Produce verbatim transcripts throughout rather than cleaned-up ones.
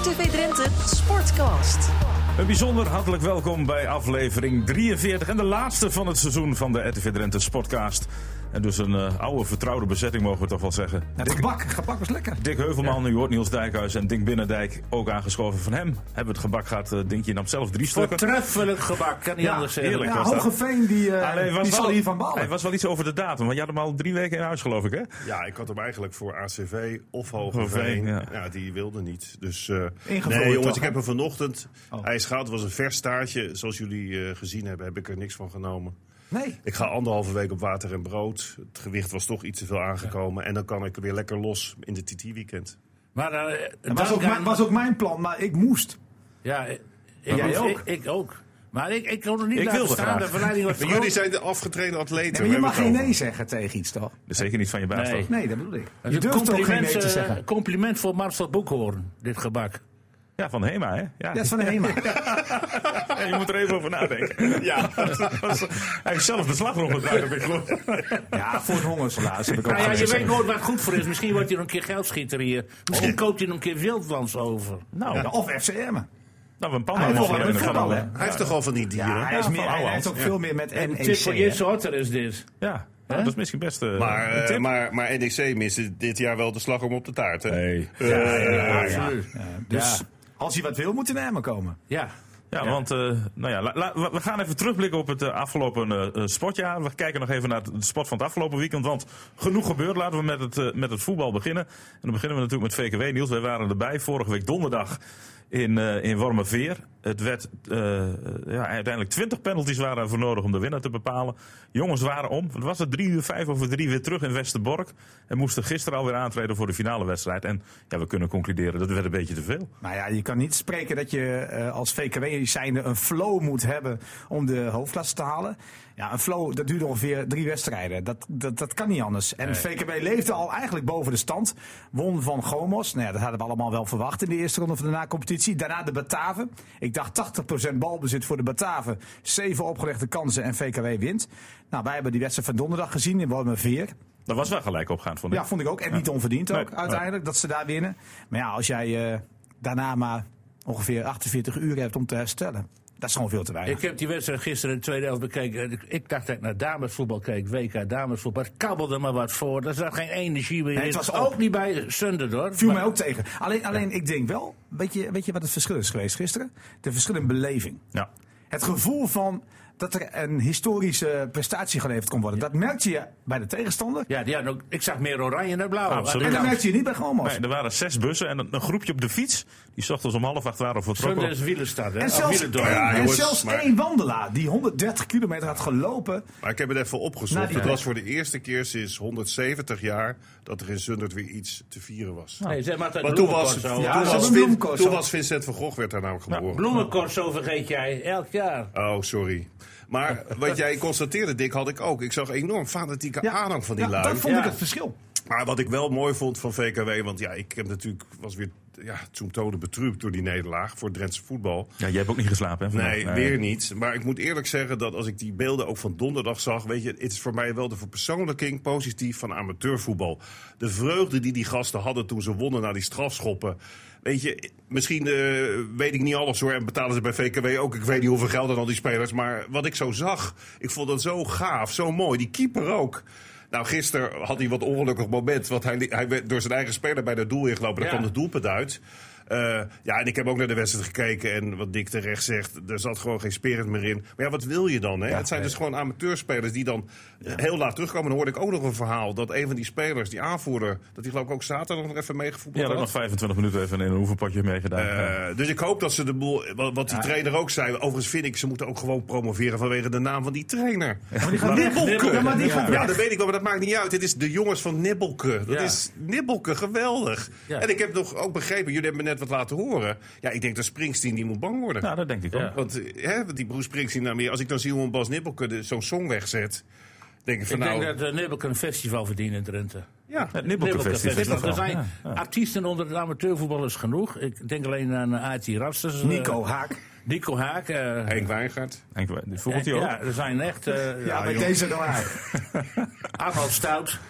R T V Drenthe Sportcast. Een bijzonder hartelijk welkom bij aflevering drieënveertig en de laatste van het seizoen van de R T V Drenthe Sportcast. En dus een uh, oude vertrouwde bezetting mogen we toch wel zeggen. Ja, het gebak, gebak was lekker. Dick Heuvelman, ja. U hoort Niels Dijkhuis en Dink Binnendijk ook aangeschoven. Van hem hebben we het gebak gehad. Uh, Dinkje nam zelf drie stukken. Voortreffelijk gebak, kan niet ja, anders zeggen. Heerlijk, ja, Hogeveen die, uh, Allee, was die zal wel, hiervan balen. Hij was wel iets over de datum, want je had hem al drie weken in huis geloof ik hè? Ja, ik had hem eigenlijk voor A C V of Hogeveen. Ja. ja, die wilde niet. Dus uh, nee jongens, toch, ik heb hem vanochtend. Oh. Hij is goud, het was een vers staartje. Zoals jullie uh, gezien hebben, heb ik er niks van genomen. Nee. Ik ga anderhalve week op water en brood. Het gewicht was toch iets te veel aangekomen. Ja. En dan kan ik weer lekker los in de T T-weekend. Maar uh, dat was ook, mijn, was ook mijn plan, maar ik moest. Ja, ik, jij ik, ook? Ik, ik ook. Maar ik, ik kon er niet Ik laten wilde staan. graag. De verleiding was Maar groot. jullie zijn de afgetrainde atleten. Nee, maar je mag geen over. nee zeggen tegen iets, toch? Dus zeker niet van je baas Nee. toch? Nee, dat bedoel ik. Dat Je is een durft ook geen nee te compliment, zeggen. uh, compliment voor Marcel Boekhoorn, dit gebak. Ja, van de HEMA hè? Ja. Ja, dat is van de HEMA. Ja, je moet er even over nadenken. Ja. Hij heeft zelf de slagroom gebruikt, heb ik geloof. Ja, voor het hongersalaris heb ik ook Nou ja, je gezegd. weet nooit waar het goed voor is. Misschien wordt hij nog een keer geldschieter hier. Misschien koopt hij nog een keer Wildlands over. Nou, Ja, of F C Emmen. nou een pan Hij heeft mogen wel we met gaan voetbal, doen. hè? Hij heeft toch al van die dieren. Ja, hij, is Ja, meer, van hij oude heeft ook hand. veel meer met Een N E tip voor C. Jesse hè? Otter is dit. Ja, nou, dat is misschien best uh, Maar, een uh, tip. maar, maar N E C miste dit jaar wel de slagroom op de taart. Hè? Nee. Uh, Ja, ja, ja, absoluut. ja. Dus Ja. als hij wat wil, moet hij naar Emmen komen. Ja. Ja, Ja. want uh, nou ja, la, la, we gaan even terugblikken op het uh, afgelopen uh, sportjaar. We kijken nog even naar de sport van het afgelopen weekend. Want genoeg gebeurd. Laten we met het, uh, met het voetbal beginnen. En dan beginnen we natuurlijk met V K W. Niels, wij waren erbij vorige week donderdag in, uh, in Wormerveer. Het werd uh, ja, uiteindelijk twintig penalties waren voor nodig om de winnaar te bepalen. Jongens waren om. Het was het drie uur vijf over drie weer terug in Westerbork. En moesten gisteren alweer aantreden voor de finale wedstrijd. En ja, we kunnen concluderen dat werd een beetje te veel. Nou ja, je kan niet spreken dat je uh, als V K W zijnde een flow moet hebben om de hoofdklasse te halen. Ja, een flow, dat duurt ongeveer drie wedstrijden. Dat, dat, dat kan niet anders. En Nee. V K W leefde al eigenlijk boven de stand. Won van Gomos. Nou ja, dat hadden we allemaal wel verwacht in de eerste ronde van de na-competitie. Daarna de Bataven. Ik dacht tachtig procent balbezit voor de Bataven. Zeven opgelegde kansen en V K W wint. Nou, wij hebben die wedstrijd van donderdag gezien in Wormerveer. Dat was wel gelijk opgaand, vond ik. Ja, vond ik ook. En niet onverdiend ook Nee. uiteindelijk dat ze daar winnen. Maar ja, als jij uh, daarna maar ongeveer achtenveertig uur hebt om te herstellen. Dat is gewoon veel te weinig. Ik heb die wedstrijd gisteren in de tweede helft bekeken. Ik dacht dat ik naar damesvoetbal keek, W K damesvoetbal. Het kabbelde maar wat voor. Er zat geen energie meer Nee, in. het was ook op. niet bij Sunderdorf. Viel Maar- mij ook tegen. Alleen, alleen ik denk wel, weet je, weet je wat het verschil is geweest gisteren? De verschil in beleving. Ja. Het gevoel van dat er een historische prestatie geleverd kon worden. Dat merkte je bij de tegenstander. Ja, die hadden ook, ik zag meer oranje dan blauw. Absoluut. En dat merkte je niet bij Gomos. Nee, er waren zes bussen en een, een groepje op de fiets. Die 's ochtends om half acht waren vertrokken. Sunder is wielerstad, hè? En Of zelfs, wielerdorp. één, Ja, en jongens, zelfs maar- één wandelaar die honderddertig kilometer had gelopen. Maar ik heb het even opgezocht. Nou, die- Het was voor de eerste keer sinds honderdzeventig jaar dat er in Zundert weer iets te vieren was. Nee, zeg maar dat Want toen was, bloemencorso. Ja, toen, ze was hebben Vin- bloemencorso. toen was Vincent van Gogh werd daar namelijk geboren. Bloemencorso vergeet jij elk jaar. Oh, sorry. Maar wat jij constateerde, Dick, had ik ook. Ik zag enorm fanatieke aanhang van die ja, lui. dat vond Ja. ik het verschil. Maar wat ik wel mooi vond van V K W, want ja, ik heb natuurlijk, was weer ja, zum tode betrübt door die nederlaag voor het Drentse voetbal. Ja, jij hebt ook niet geslapen, hè? vandaag? Nee, weer niet. Maar ik moet eerlijk zeggen dat als ik die beelden ook van donderdag zag, weet je, het is voor mij wel de verpersoonlijking positief van amateurvoetbal. De vreugde die die gasten hadden toen ze wonnen na die strafschoppen. Weet je, misschien uh, weet ik niet alles hoor en betalen ze bij V K W ook. Ik weet niet hoeveel geld aan al die spelers. Maar wat ik zo zag, ik vond dat zo gaaf, zo mooi. Die keeper ook. Nou, gisteren had hij wat ongelukkig moment. Want hij, hij werd door zijn eigen speler bij het doel ingelopen. Daar Ja. kwam het doelpunt uit. Uh, ja, en ik heb ook naar de wedstrijd gekeken. En wat Dick terecht zegt, er zat gewoon geen spirit meer in. Maar ja, wat wil je dan? Hè? Ja, het zijn nee. dus gewoon amateurspelers die dan ja. heel laat terugkomen. Dan hoorde ik ook nog een verhaal dat een van die spelers, die aanvoerder, dat die geloof ik ook zaterdag nog even meegevoetbald Ja, dat had. nog vijfentwintig minuten even in een oefenpotje meegedaan. Uh, ja. Dus ik hoop dat ze de boel, wat, wat die Ja. trainer ook zei. Overigens vind ik, ze moeten ook gewoon promoveren vanwege de naam van die trainer. Maar die gaat weg. Nibbelke. Ja, maar die Ja, gaat ja, weg. dat weet ik wel, maar dat maakt niet uit. Het is de jongens van Nibbelke. Dat Ja. is Nibbelke, geweldig. Ja. En ik heb nog ook begrepen, jullie hebben me net wat laten horen. Ja, ik denk dat Springsteen die moet bang worden. Nou, dat denk ik ook. Ja. Want, hè, want die Bruce Springsteen, nou meer, als ik dan zie hoe een Bas Nibbelke de- zo'n song wegzet, denk ik van Ik nou... denk dat uh, Nibbelke een festival verdient in Drenthe. ja. Het Nibbelke-festival. Festival. Er zijn Ja, ja. artiesten onder de amateurvoetballers genoeg. Ik denk alleen aan uh, A T Rasters. uh, Nico Haak. Nico Haak. uh, Henk Wijngaard. Henk, die voelt hij ook. Ja, er zijn echt... uh, Ja, ja, bij joh. deze dan Haak. Arnold Stout.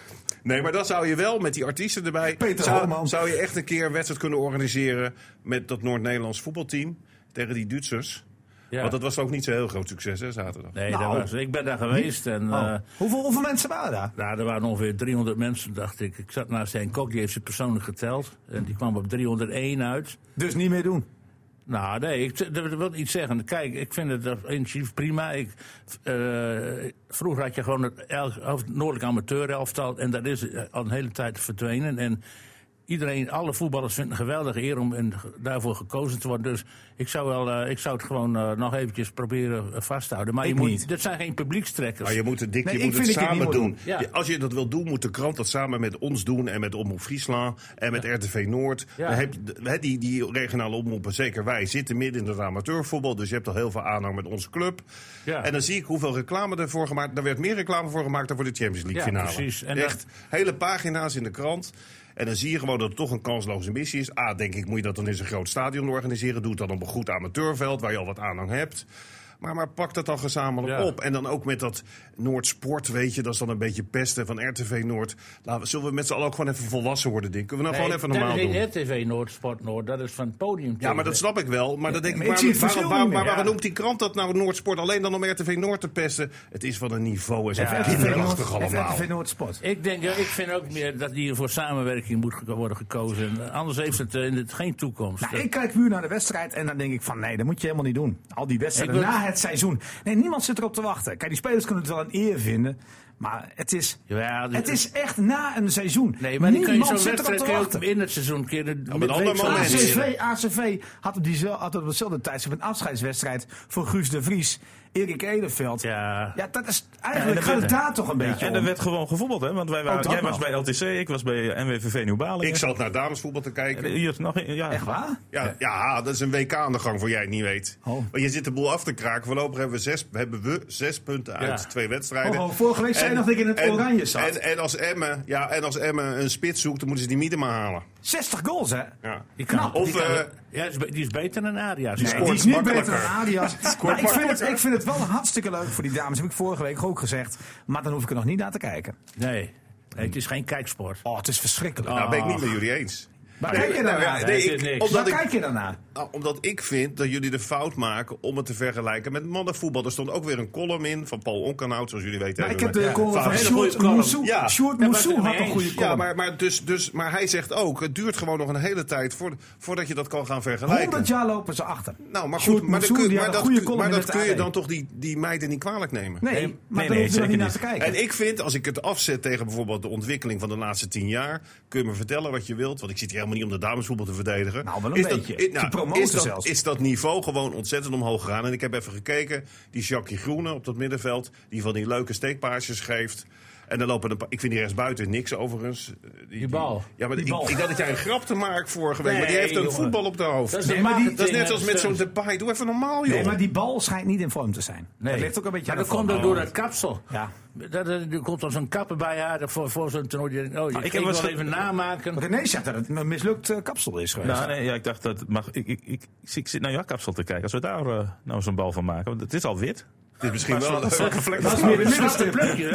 Nee, maar dan zou je wel met die artiesten erbij... Peter zou, Holman. zou je echt een keer een wedstrijd kunnen organiseren... met dat Noord-Nederlands voetbalteam tegen die Duitsers. Ja. Want dat was ook niet zo'n heel groot succes, hè, zaterdag. Nee, Nou. dat was, ik ben daar geweest. En, Oh. eh, hoeveel, hoeveel mensen waren daar? nou, er waren ongeveer driehonderd mensen, dacht ik. Ik zat naast Henk Kok, die heeft ze persoonlijk geteld. En die kwam op driehonderdéén uit. Dus niet meer doen. Nou, nee, ik dat wil iets zeggen. Kijk, ik vind het initiatief prima. Ik, uh, vroeger had je gewoon het, el- het Noordelijk Amateur-elftal. En dat is al een hele tijd verdwenen. En iedereen, alle voetballers vinden het een geweldige eer om en daarvoor gekozen te worden. Dus ik zou, wel, uh, ik zou het gewoon uh, nog eventjes proberen uh, vast te houden. Maar Ik je moet, niet. dit zijn geen publiekstrekkers. Maar je moet het, Dick, Nee, je ik moet het vind dat je het samen niet moet doen. doen. Ja. Je- Als je dat wil doen, moet de krant dat samen met ons doen. En met Omroep Friesland. En met R T V Noord. Ja. Dan heb je, he, die, die regionale omroepen, zeker wij, zitten midden in het amateurvoetbal. Dus je hebt al heel veel aanhang met onze club. Ja. En dan zie ik hoeveel reclame ervoor gemaakt. Daar werd meer reclame voor gemaakt dan voor de Champions League Ja, finale. precies. En Echt hele pagina's in de krant. En dan zie je gewoon dat het toch een kansloze missie is. A, denk ik, moet je dat dan in zo'n groot stadion organiseren. Doe het dan op een goed amateurveld waar je al wat aanhang hebt. Maar, maar pak dat dan gezamenlijk Ja. op. En dan ook met dat Noordsport, weet je, dat is dan een beetje pesten van R T V Noord. Laten we, zullen we met z'n allen ook gewoon even volwassen worden, Dick? Kunnen we nou gewoon even normaal dat doen? is R T V Noord, Sport Noord, dat is van het podium. Ja, maar dat snap ik wel. Maar dan denk maar ik, ik zie het waarom, verschil waarom, niet maar meer. waarom Ja. noemt die krant dat nou Noordsport alleen dan om R T V Noord te pesten? Het is van een niveau en zo Ja, kinderachtig Heeft allemaal. R T V Noord Sport. Ik denk, ja, ik vind ook meer dat hier voor samenwerking moet ge- worden gekozen. En anders heeft het uh, in het geen toekomst. Nou, ik kijk puur naar de wedstrijd en dan denk ik van nee, dat moet je helemaal niet doen. Al die wedstrijden Ik wil- na het seizoen. Nee, niemand zit erop te wachten. Kijk, die spelers kunnen het wel een eer vinden. Maar het is, Ja, dit- het is echt na een seizoen. Nee, maar die kun je Niemand zo'n zit erop wedstrijd te kun je wachten. ook in het seizoen een keer de een midweek ander zo moment. organiseren. A C V, A C V had op, die, had op hetzelfde tijdstip een afscheidswedstrijd voor Guus de Vries. Erik Edenveld. Ja. Ja, dat is eigenlijk en gaat er het werd- daar toch een beetje En om. er werd gewoon gevoetbald, hè? Want wij waren, dat jij was nog. bij L T C, ik was bij N W V V Nieuw-Balingen. Ik zat naar damesvoetbal te kijken. Hier nog een- ja. Echt waar? Ja, ja, dat is een W K aan de gang voor jij het niet weet. Oh. Want je zit de boel af te kraken. Voorlopig hebben we zes, hebben we zes punten uit Ja. twee wedstrijden. Oh, oh, vorige week zei je nog dat ik in het en- oranje zat. En, en, als Emmen, ja, en als Emmen een spits zoekt, dan moeten ze die Miedema halen. zestig goals, hè? Ja. Die kan, Knap. die Of, kan- eh, ja, die is, be- die is beter dan Arias. Die Ja, scoort Die is niet makkelijker. beter dan Adias. Maar ik vind, het, makkelijker. ik vind het wel hartstikke leuk voor die dames. Heb ik vorige week ook gezegd. Maar dan hoef ik er nog niet naar te kijken. Nee. nee, het is geen kijksport. Oh, het is verschrikkelijk. Nou, ben ik niet met jullie eens. Waar Nee, kijk je nou, daarnaar? ja, Nee, nee, het is ik- niks. omdat Waar ik- kijk je daarnaar? Nou, omdat ik vind dat jullie de fout maken om het te vergelijken met mannenvoetbal. Er stond ook weer een column in van Paul Onkenhout, zoals jullie weten. Maar ik hebben heb de we- column van Hele Sjoerd goede column. Moussou. Ja. Sjoerd Daar Moussou was ik had het een mee goede eens. column. Ja, maar, maar, dus, dus, maar hij zegt ook, het duurt gewoon nog een hele tijd voor, voordat je dat kan gaan vergelijken. honderd jaar lopen ze achter. Nou, maar Sjoerd goed, maar, dan Moussou, kun, die maar had een dat, goede kun- column maar in dat het kun je A D. dan toch die, die meiden niet kwalijk nemen? Nee, Nee, maar nee, dan nee, hoef je er zeker niet naar niet. te kijken. En ik vind, als ik het afzet tegen bijvoorbeeld de ontwikkeling van de laatste tien jaar, kun je me vertellen wat je wilt. Want ik zit hier helemaal niet om de damesvoetbal te verdedigen. Nou, wel een is dat, beetje. is, Te promoten is, dat, zelfs. is dat niveau gewoon ontzettend omhoog gegaan. En ik heb even gekeken, die Jackie Groene op dat middenveld, die van die leuke steekpaasjes geeft. En dan lopen een paar, ik vind die rechtsbuiten niks overigens. Die, Die bal. Ja, maar Die ik, bal. ik dacht dat jij een grap te maken vorige week. Nee, maar die heeft een jongen. voetbal op de hoofd. Dat is, Dat de is, maar die- marketing net en zoals met zo'n steun. Depay. Doe even normaal, joh. Nee, maar die bal schijnt niet in vorm te zijn. Nee. Dat ligt ook een beetje Maar aan dat de komt vorm. ook door dat kapsel. Ja. Dat, er er komt dan zo'n kapper bij haar voor, voor zo'n toernooi. Oh, je ik ik heb wil wel eens- even namaken. René zegt dat het een mislukt eh, kapsel is geweest. Nou, nee, ja, ik dacht dat mag. Ik, ik, ik, ik zit naar jouw kapsel te kijken. Als we daar eh, nou zo'n bal van maken. Want het is al wit. Dit is misschien wel... Dat is Een meer de zwarte middenstip.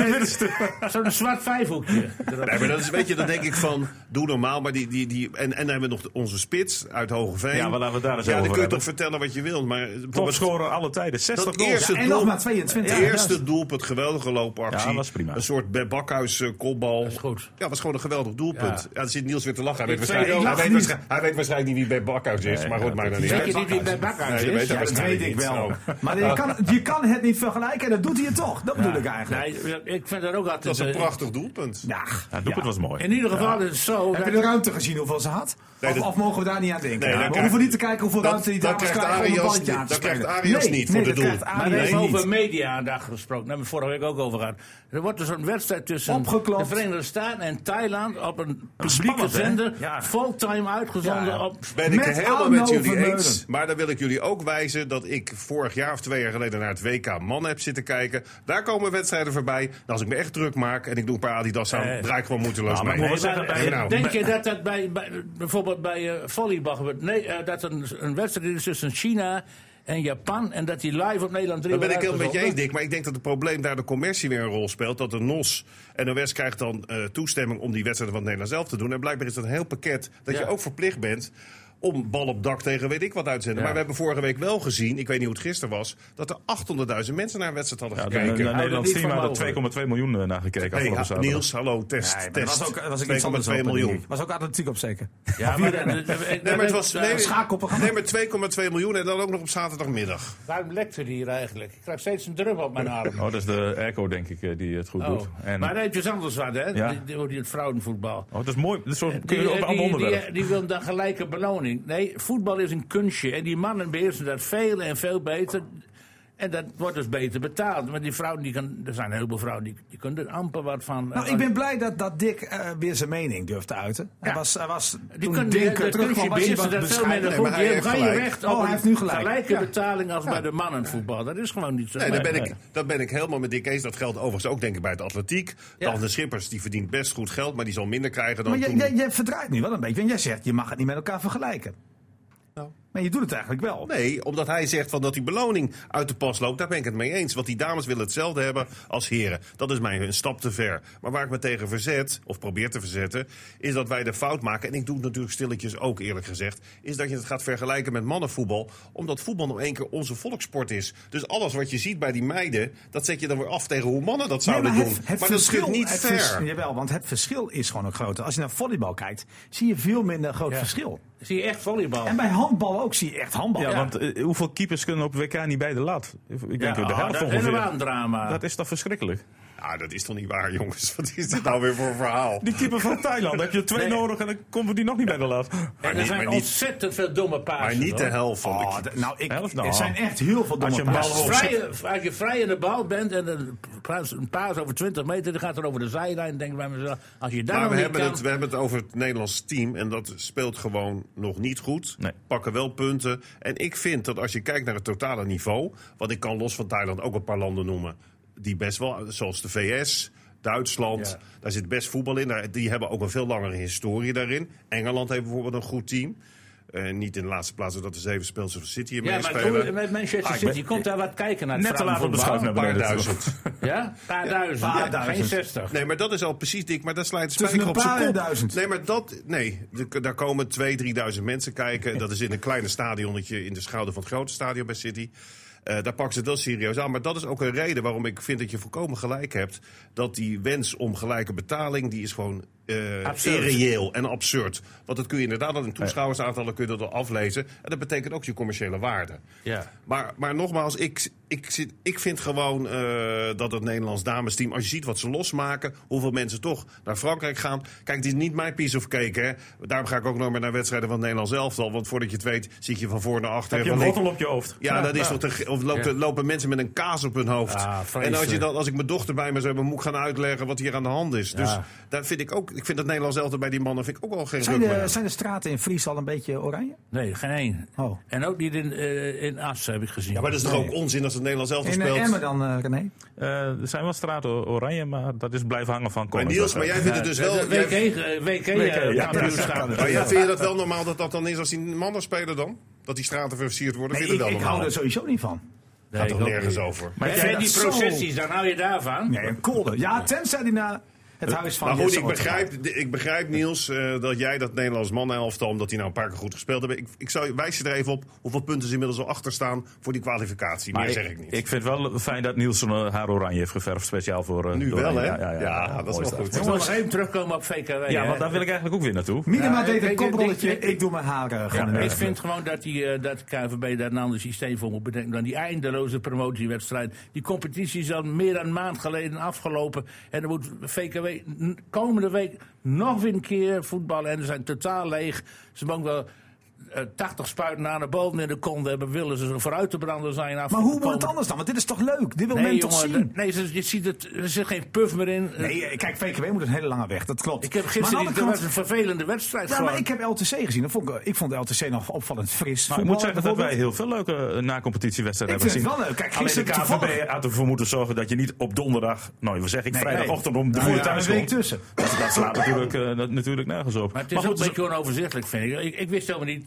plukje. Zo'n zwart vijfhoekje. Nee, maar dat is, weet je, dan denk ik van, doe normaal. Maar die, die, die, en, en dan hebben we nog onze spits uit Hogeveen. Ja, maar laten we het daar eens Ja, dan over kun je hebben. toch vertellen wat je wilt. Maar bijvoorbeeld Topscorer alle tijden. zestig dat goals. eerste Ja, en doel, nog maar tweeëntwintig. Het Ja, eerste juist. doelpunt, geweldige loopactie. Ja, was prima. Een soort Beb Bakhuis eh, kopbal. Dat is goed. Ja, was gewoon een geweldig doelpunt. Ja, dan zit Niels weer te lachen. Hij weet, Ik waarschijnlijk, weet hij, ook weet niet. waarschijnlijk, hij weet waarschijnlijk niet wie Beb Bakhuis is. Nee, maar goed, ja, maakt dat dat is- niet Weet je uit. niet wie bij Bakhuis Nee, je weet is? het Ja, dat weet waarschijnlijk ik niet. wel. Oh. Maar je kan, je kan het niet vergelijken en dat doet hij het toch. Dat bedoel ik eigenlijk. Nee, ik vind dat ook altijd... Dat is een eh, prachtig doelpunt. Ja, Ja, doelpunt was mooi. In ieder geval is het zo... Heb je dat- de ruimte gezien hoeveel ze had? Nee, of, dat- of mogen we daar niet aan denken? Nee, Nou, dan we krijgt- hoeven niet te kijken hoeveel dat- ruimte die dat dames krijgt krijgen om een Arias balletje aan te niet. Dat krijgt spelen. Arias Nee, niet voor nee, de dat doel. krijgt Maar Arias er is Nee, niet. over media-aandacht gesproken. Daar hebben we vorige week ook over gehad. Er wordt dus een wedstrijd tussen Opgeklopt. de Verenigde Staten en Thailand op een publieke spannend, hè? zender. Ja. Fulltime uitgezonden Ja. op... Ben ik Met het helemaal Arno met jullie Vermeulen. eens. Maar dan wil ik jullie ook wijzen dat ik vorig jaar of twee jaar geleden naar het W K Mannen heb zitten kijken. Daar komen wedstrijden voorbij. Nou, als ik me echt druk maak en ik doe een paar Adidas aan, Eh. draai ik gewoon moeiteloos Nou, maar mee. ik moet wel Nee, zeggen, maar, bij- eh, nou, denk je dat dat bij, bij bijvoorbeeld bij eh volleybal gebeurt? Nee, eh, dat een, een wedstrijd is tussen China en Japan. En dat die live op Nederland drie Dat ben ik heel met je eens, uitgezonden. Dick. Maar ik denk dat het probleem daar de commercie weer een rol speelt. Dat de N O S en N O S krijgt dan uh, toestemming om die wedstrijden van Nederland zelf te doen. En blijkbaar is dat een heel pakket dat Ja. je ook verplicht bent om bal op dak tegen weet ik wat uit te zenden. Ja. Maar we hebben vorige week wel gezien, ik weet niet hoe het gisteren was, dat er achthonderdduizend mensen naar een wedstrijd hadden Ja, gekeken. de, de, dat Nederlands niet team van had er mogen. twee komma twee miljoen uh, naar gekeken. Hey, afgelopen ha, zaterdag. Niels, hallo, test. Nee, maar test. dat was ook, dat was ook iets twee komma anders. twee op, miljoen. denk ik. was ook atletiek op zeker. Ja, maar, de- de- de- Nee, maar het was de- nee, schakelprogramma. nee, maar twee komma twee miljoen en dan ook nog op zaterdagmiddag. Waarom lekt het hier eigenlijk? Ik krijg steeds een drum op mijn arm. Oh, dat is de airco, denk ik, uh, die het goed Oh. doet. En, Maar dat is anders wat, hè? Ja. Die, die, die het vrouwenvoetbal. oh, dat is mooi. Dat is zo, kun Die, je op een ander die, onderwerp. die, die wil dan gelijke beloning. Nee, voetbal is een kunstje. En die mannen beheersen dat veel en veel beter. En dat wordt dus beter betaald. Maar die vrouwen, die kan, er zijn heel veel vrouwen die, die kunnen er amper wat van. Nou, ik ben blij dat, dat Dick uh, weer zijn mening durft te uiten. Hij Ja. was, hij was Die toen kunnen, Dick de, de terugkwam, was hij wat beheersen dat veel minder bescheiden. Nee, goed. maar Die hij hebben heeft geen gelijk. recht Oh, op hij een heeft nu gelijk. gelijke Ja. betaling als Ja. bij de mannenvoetbal. Dat is gewoon niet zo. Nee, dat ben, nee. ik, dat ben ik helemaal met Dick eens. Dat geldt overigens ook denk ik bij het atletiek. Ja. Dan de Schippers, die verdient best goed geld, maar die zal minder krijgen dan Maar jij, toen. jij, jij verdraait nu wel een beetje. Want jij zegt, je mag het niet met elkaar vergelijken. Nou. Maar je doet het eigenlijk wel. Nee, omdat hij zegt van dat die beloning uit de pas loopt. Daar ben ik het mee eens. Want die dames willen hetzelfde hebben als heren. Dat is mij een stap te ver. Maar waar ik me tegen verzet, of probeer te verzetten, is dat wij de fout maken. En ik doe het natuurlijk stilletjes ook eerlijk gezegd. Is dat je het gaat vergelijken met mannenvoetbal. Omdat voetbal nog één keer onze volkssport is. Dus alles wat je ziet bij die meiden, dat zet je dan weer af tegen hoe mannen dat zouden Nee, doen. maar het, het maar dat is verschil, natuurlijk niet het fair. vers- jawel, want het verschil is gewoon ook groter. Als je naar volleybal kijkt, zie je veel minder groot Ja. verschil. Zie je echt volleybal. En bij handbal ook zie je echt handbal. Ja, Ja. want uh, hoeveel keepers kunnen op W K niet bij de lat? Ik denk Ja, de oh, helft dat is ongeveer. helemaal een drama. Dat is toch verschrikkelijk? Ja, dat is toch niet waar, jongens? Wat is dit nou weer voor een verhaal? Die keeper van Thailand, heb je er twee Nee. nodig en dan komen die nog niet bij de lat. Maar En er niet- zijn maar niet- ontzettend veel domme pasen. Maar niet de hoor. helft van de Oh, keepers. d- nou, ik, Helft nou. er zijn echt heel veel domme je een bal passen. hoog- Als, vrij, als je vrij in de bal bent en een paas, een paas over twintig meter, dan gaat er over de zijlijn. Dan denk ik bij mezelf, als je daar Maar nog we niet hebben, kan... het, we hebben het over het Nederlands team. En dat speelt gewoon nog niet goed. Nee. Pakken wel punten. En ik vind dat als je kijkt naar het totale niveau. Want ik kan los van Thailand ook een paar landen noemen. Die best wel, zoals de V S, Duitsland. Ja. Daar zit best voetbal in. Daar- Die hebben ook een veel langere historie daarin. Engeland heeft bijvoorbeeld een goed team. Uh, niet in de laatste plaats dat de zeven speelsters van City in Ja, maar meespelen. doe- met Manchester Ah, ik City, ben- komt daar wat kijken naar het Net te laat op de schuif naar Een paar beneden. duizend. Ja? Een paar duizend. paar Ja, duizend. Geen zestig. Nee, maar dat is al precies dik. Maar dat slijt de Tussen spijker een op zijn paar en kop. duizend. Nee, maar dat... Nee, de- daar komen tweeduizend, drieduizend mensen kijken. Dat is in een kleine stadionnetje in de schouder van het grote stadion bij City. Uh, daar pakken ze dat serieus aan. Maar dat is ook een reden waarom ik vind dat je volkomen gelijk hebt. Dat die wens om gelijke betaling, die is gewoon uh, Absurd. irreëel en absurd. Want dat kun je inderdaad al in toeschouwersaantallen kun je dat al aflezen. En dat betekent ook je commerciële waarde. Ja. Maar, maar nogmaals, ik, ik, zit, ik vind gewoon uh, dat het Nederlands damesteam, als je ziet wat ze losmaken, hoeveel mensen toch naar Frankrijk gaan. Kijk, het is niet mijn piece of cake, hè. Daarom ga ik ook nog maar naar wedstrijden van het Nederlands elftal. Want voordat je het weet, zit je van voor naar achter. Heb je een van, wortel op je hoofd? ja, dat is toch te, of lopen, Ja. lopen mensen met een kaas op hun hoofd. Ah, vreselijk. en als, je dan, als ik mijn dochter bij me zou hebben, moet ik gaan uitleggen wat hier aan de hand is. Dus Ja. daar vind ik ook, ik vind het Nederlands elftal bij die mannen vind ik ook wel geen Zijn ruk de, meer. zijn de straten in Fries al een beetje oranje? Nee, geen één. Oh. En ook niet in, uh, in Assen heb ik gezien. Ja, maar dat is toch ook onzin als het Nederlands elftal In uh, speelt. Emmen dan, uh, René? Uh, er zijn wel straten oranje, maar dat is blijven hangen van Maar Collins. Niels, maar jij vindt het dus wel... De W K, jij- eh, W K, ja, eh, ja, kampioenschap. Maar ja, vind je dat wel normaal dat dat dan is als die mannen spelen dan? Dat die straten versierd worden? Nee, vind je ik, dat ik wel hou normaal? er sowieso niet van. Nee, Gaat ik toch ook nergens niet. over? Maar jij en die dat processies, dan hou je daarvan. Nee, een kolder. Ja, tenzij die naar het huis van... Maar goed, Jesse ik Otto gaat. begrijp, ik begrijp Niels, uh, dat jij dat Nederlands mannenelftal, omdat die nou een paar keer goed gespeeld hebben. Ik, ik zou, wijs je er even op hoeveel punten ze inmiddels al achter staan voor die kwalificatie. Meer Maar zeg ik niet. Ik vind het wel fijn dat Niels zijn uh, haar oranje heeft geverfd, speciaal voor... Uh, Nu de wel, oranje. hè? Ja, ja, ja, Ja, ja, dat is mooi wel goed. Ik wil nog even terugkomen op V K W. Ja, hè. want daar wil ik eigenlijk ook weer naartoe. Minima Ja, deed ik- een ik- koprolletje, ik- ik doe mijn haar uh, gewoon Ja, in Ik de- vind gewoon dat die, uh, dat K N V B daar een ander systeem voor moet bedenken dan die eindeloze promotiewedstrijd. Die competitie is al meer dan een maand geleden afgelopen. En dan moet V K W n- komende week nog weer een keer voetballen. En ze zijn totaal leeg. Ze mogen wel uh, tachtig spuiten aan de boven in de kont hebben. Willen ze vooruit te branden zijn. Maar hoe moet het anders dan? Want dit is toch leuk? Dit wil Nee, men toch jongen, zien? d- nee, ze- je ziet het, er zit geen puff meer in. Nee, eh, kijk, V K W moet een hele lange weg, dat klopt. Ik heb Maar aan gisteren, de die- andere dat was kant- een vervelende wedstrijd Ja, gewoon. maar ik heb L T C gezien. Dat vond ik, ik vond L T C nog opvallend fris. Maar ik moet zeggen dat wij Bijvoorbeeld. heel veel leuke uh, na-competitiewedstrijden Ik hebben vind gezien. het wel leuk. Kijk, Alleen de gisteren K N V B toevallig- had ervoor moeten zorgen dat je niet op donderdag, nou wat zeg ik, Nee, vrijdagochtend om de Nou uur ja, thuis een week komt. tussen. Dat, dat slaat natuurlijk, uh, dat, natuurlijk nergens op. Maar het is ook goed, een beetje onoverzichtelijk, vind ik. ik. Ik wist helemaal niet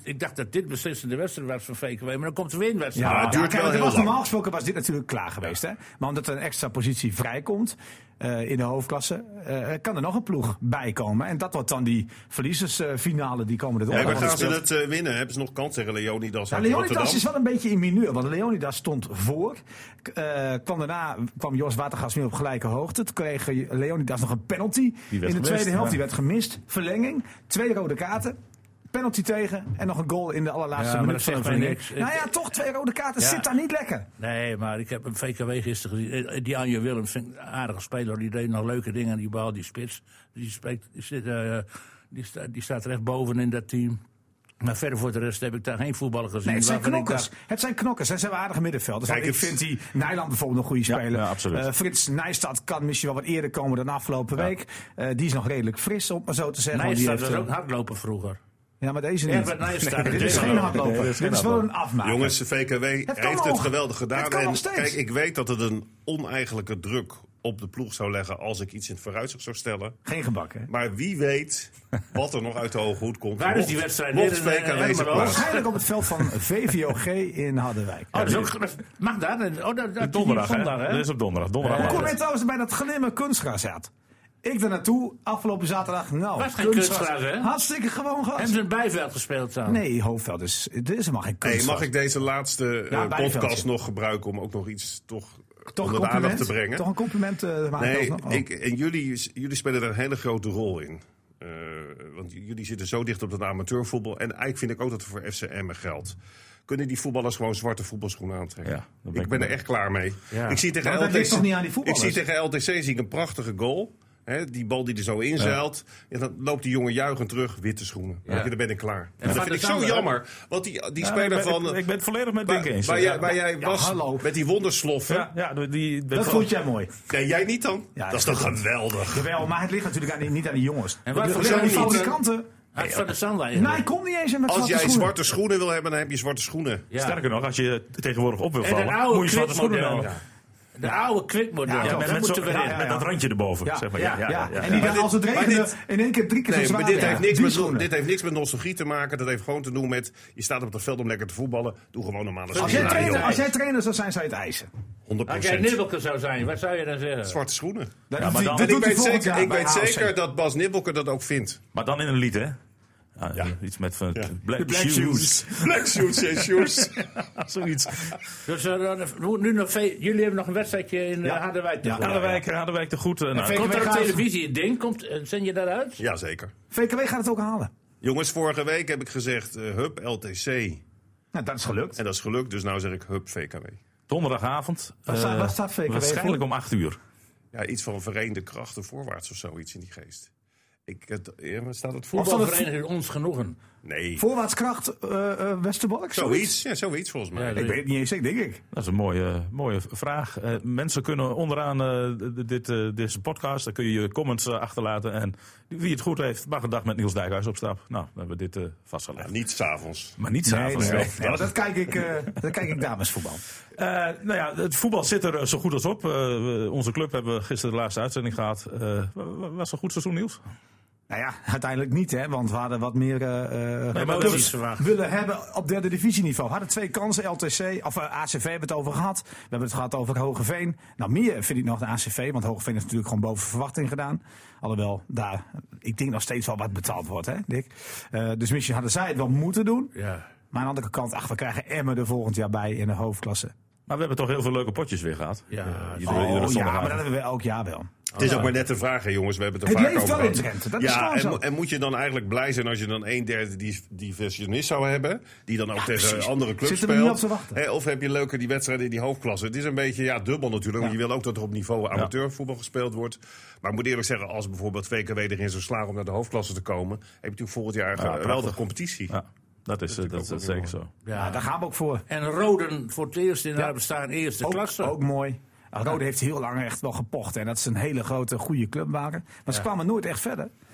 ik dacht dat dit beslissende wedstrijd was van V K W, maar dan komt er weer een wedstrijd. Ja, het duurt kijk, wel er heel was lang. normaal gesproken was dit natuurlijk klaar geweest. Hè? Maar omdat er een extra positie vrijkomt uh, in de hoofdklasse, uh, kan er nog een ploeg bij komen. En dat wordt dan die verliezersfinale, die komen er Ja, ook maar nog gaan ze gespeeld. het uh, winnen? Hebben ze nog kans tegen Leonidas Ja, uit Leonidas Rotterdam? is wel een beetje in mineur, want Leonidas stond voor. Uh, kwam daarna kwam Jos Watergas weer op gelijke hoogte. Toen kreeg Leonidas nog een penalty in de gemist, tweede helft. ja. Die werd gemist. Verlenging, twee rode kaarten. Penalty tegen en nog een goal in de allerlaatste Ja, maar minuut dat van de zegt mij verlenging. niks. Nou ja, toch twee rode kaarten. Ja. Zit daar niet lekker. Nee, maar ik heb een V K W gisteren gezien. Die Anje Willems vind ik een aardige speler. Die deed nog leuke dingen aan die bal, die spits. Die, spreekt, die, zit, uh, die, sta, die staat recht boven in dat team. Maar verder voor de rest heb ik daar geen voetballer gezien. Nee, het zijn waarvan ik knokkers. dacht, Het zijn knokkers. En ze hebben aardige middenvelders. Kijk, Want ik het- vind die Nijland bijvoorbeeld een goede Ja, speler. ja, absoluut. Uh, Frits Nijstad kan misschien wel wat eerder komen dan afgelopen week. Uh, die is nog redelijk fris, om maar zo te zeggen. want die Nijstad was heeft, ook uh, hardlopen vroeger. Ja, maar deze niet. Herbert Nijstad. Dit is geen hardloper. Nee, dit is geen Dit is wel hardloper. een afmaker. Jongens, de V K W heeft kan het nog. geweldig gedaan. Het kan en nog steeds. kijk, ik weet dat het een oneigenlijke druk op de ploeg zou leggen als ik iets in het vooruitzicht zou stellen. Geen gebak, hè? Maar wie weet wat er nog uit de hoge hoed komt. Waar is Mocht- die wedstrijd? Mocht Weer in, V K W eh, zich Ermelo? plaatsen. Waarschijnlijk op het veld van V V O G in Harderwijk. Oh, dat is ook, dat- mag dat? Oh, dat, dat Donderdag, is hè? zondag, hè? Dat is op donderdag. donderdag Hoe mag kom je het. trouwens bij dat glimmen kunstgras uit? Ik daar naartoe, afgelopen zaterdag. Nou, Was geen kunstgras, hè? Hartstikke gewoon gras. Hebben ze een bijveld gespeeld samen? Nee, Hoofdveld is, dit is helemaal geen Hey, kunstgras. mag ik deze laatste Ja, eh, bijveldje. podcast nog gebruiken om ook nog iets toch, Toch een onder de aandacht compliment? te brengen? Toch een compliment uh, maken Nee, alsnog? Oh. ik, en jullie, jullie spelen er een hele grote rol in. Uh, want jullie zitten zo dicht op het amateurvoetbal. En eigenlijk vind ik ook dat het voor F C Emmen geldt. Kunnen die voetballers gewoon zwarte voetbalschoenen aantrekken? Ja, daar ben ik ik ben er mee. echt klaar mee. Ja. Ik zie tegen Maar dat L T C, ligt toch niet aan die ik voetballers? zie tegen L T C zie ik een prachtige goal. Hè, die bal die er zo inzeilt. En dan loopt die jongen juichend terug, witte schoenen. Ja. Dan ben ik klaar. En dat Van vind ik de zo Sander, jammer. Want die, die Ja, speler ik ben- van... Ik, ik ben het volledig met waar, Dink eens. waar, jij, waar Ja, jij Ja, was hallo. met die wondersloffen. ja, ja, die, die, Dat vond jij mooi. Nee, jij niet dan? Ja, dat is dat toch is- geweldig? Jawel, maar het ligt natuurlijk aan die, niet aan die jongens. En wat Het voor ligt aan die zo'n niet? fabrikanten. Had Van de Sand Nee, eigenlijk. hij komt niet eens in met Als zwarte jij schoenen. zwarte schoenen wil hebben, dan heb je zwarte schoenen. Ja. Sterker nog, als je tegenwoordig op wil En een vallen, oude moet je zwarte schoenen kwikmodel. nemen. De oude kwikmodel. Ja, Ja, dat met, dat met, zo- moeten we ja, ja, met ja. dat randje erboven. Ja, zeg maar. ja, Ja, ja, ja, En die Maar dan als het dit- maar regende dit- in één keer drie keer Nee, zo maar zwaar dit heeft, werden. niks Die met, schoenen. dit heeft niks met nostalgie te maken. Dat heeft gewoon te doen met... Je staat op het veld om lekker te voetballen. Doe gewoon normale Als jij, schoenen. aan, trainer, joh. als jij trainer zou zijn, zou je het eisen. honderd Als jij procent. Nibbelke zou zijn, wat zou je dan zeggen? Zwarte schoenen. Dat, maar doet hij- dan- dat En ik doet hij weet volgend zeker, jaar ik bij weet H C. zeker dat Bas Nibbelke dat ook vindt. Maar dan in een lied, hè? Ja, Ja. Iets met van Ja. black, Black shoes. shoes. Black shoes en shoes. Zoiets. Dus, uh, dan- nu nog ve- jullie hebben nog een wedstrijdje in uh, Ja. Harderwijk. Ja. Harderwijk, Harderwijk te goed. eh, nou, V K W Komt er op gaat- televisie het ding? Komt, uh, zend je dat uit? Jazeker. V K W gaat het ook halen. Jongens, vorige week heb ik gezegd uh, Hup L T C. Nou, dat is gelukt. En dat is gelukt, dus nou zeg ik Hup V K W. donderdagavond. Wat staat- eh, wat staat V K W Waarschijnlijk voor? om acht uur. Ja, iets van vereende krachten voorwaarts of zoiets in die geest. Ik, het, ja, waar staat het voor? Of dan het- Voetbalvereniging Ons Genoegen. Nee, Voorwaartskracht uh, uh, Westerbork? zoiets. Ja, zoiets volgens mij. Ja, Ik weet het niet eens, ik denk ik. Dat is een mooie, mooie vraag. Eh, mensen kunnen onderaan eh, d- dit, eh, deze podcast, daar kun je je comments eh, achterlaten. En wie het goed heeft, mag een dag met Niels Dijkhuis op stap. Nou, dan hebben we dit eh, vastgelegd. Ja, niet s'avonds. Maar niet Nee, s'avonds. nee, Nee, nee, maar dat kijk ik, uh, dat kijk ik damesvoetbal. Eh, nou ja, het voetbal zit er eh, zo goed als op. Eh, we- onze club hebben we gisteren de laatste uitzending gehad. Eh, wa- was een goed seizoen, Niels? Nou ja, uiteindelijk niet, hè, want we hadden wat meer uh, maar dat clubs is verwacht. willen hebben op derde divisieniveau. We hadden twee kansen, L T C, of uh, A C V hebben we het over gehad. We hebben het gehad over Hogeveen. Nou, meer vind ik nog de A C V, want Hogeveen heeft natuurlijk gewoon boven verwachting gedaan. Alhoewel, daar, ik denk nog steeds wel wat betaald wordt, hè, Dick. Uh, dus misschien hadden zij het wel moeten doen. Ja. Maar aan de andere kant, ach, we krijgen Emmen er volgend jaar bij in de hoofdklasse. Maar we hebben toch heel veel leuke potjes weer gehad. Ja, Eh, oh, iedere, Oh, iedere ja, zondagavond. maar dat hebben we elk jaar wel. Het is ook maar net een vraag, hè, jongens. We hebben het er Het vaak leeft over wel in gehad. Drenthe, dat is ja, gewoon en, zo. mo- en moet je dan eigenlijk blij zijn als je dan een derde div- divisionist zou hebben, die dan ook tegen precies. andere clubs Zitten we niet speelt. op te wachten. Hè, of heb je leuker die wedstrijden in die hoofdklasse. Het is een beetje ja, dubbel natuurlijk, want je wil ook dat er op niveau amateurvoetbal gespeeld wordt. Maar ik moet eerlijk zeggen, als bijvoorbeeld V K W erin zou slagen om naar de hoofdklasse te komen, heb je natuurlijk volgend jaar een prachtig. geweldige competitie. Ja, dat is, eh, dat is, ook zeker wel zo. Ja, daar gaan we ook voor. En Roden voor het eerst in haar bestaan eerste Ook, klasse. ook mooi. Rode heeft heel lang echt wel gepocht. En dat is een hele grote, goede club waren. Maar ze kwamen nooit echt verder.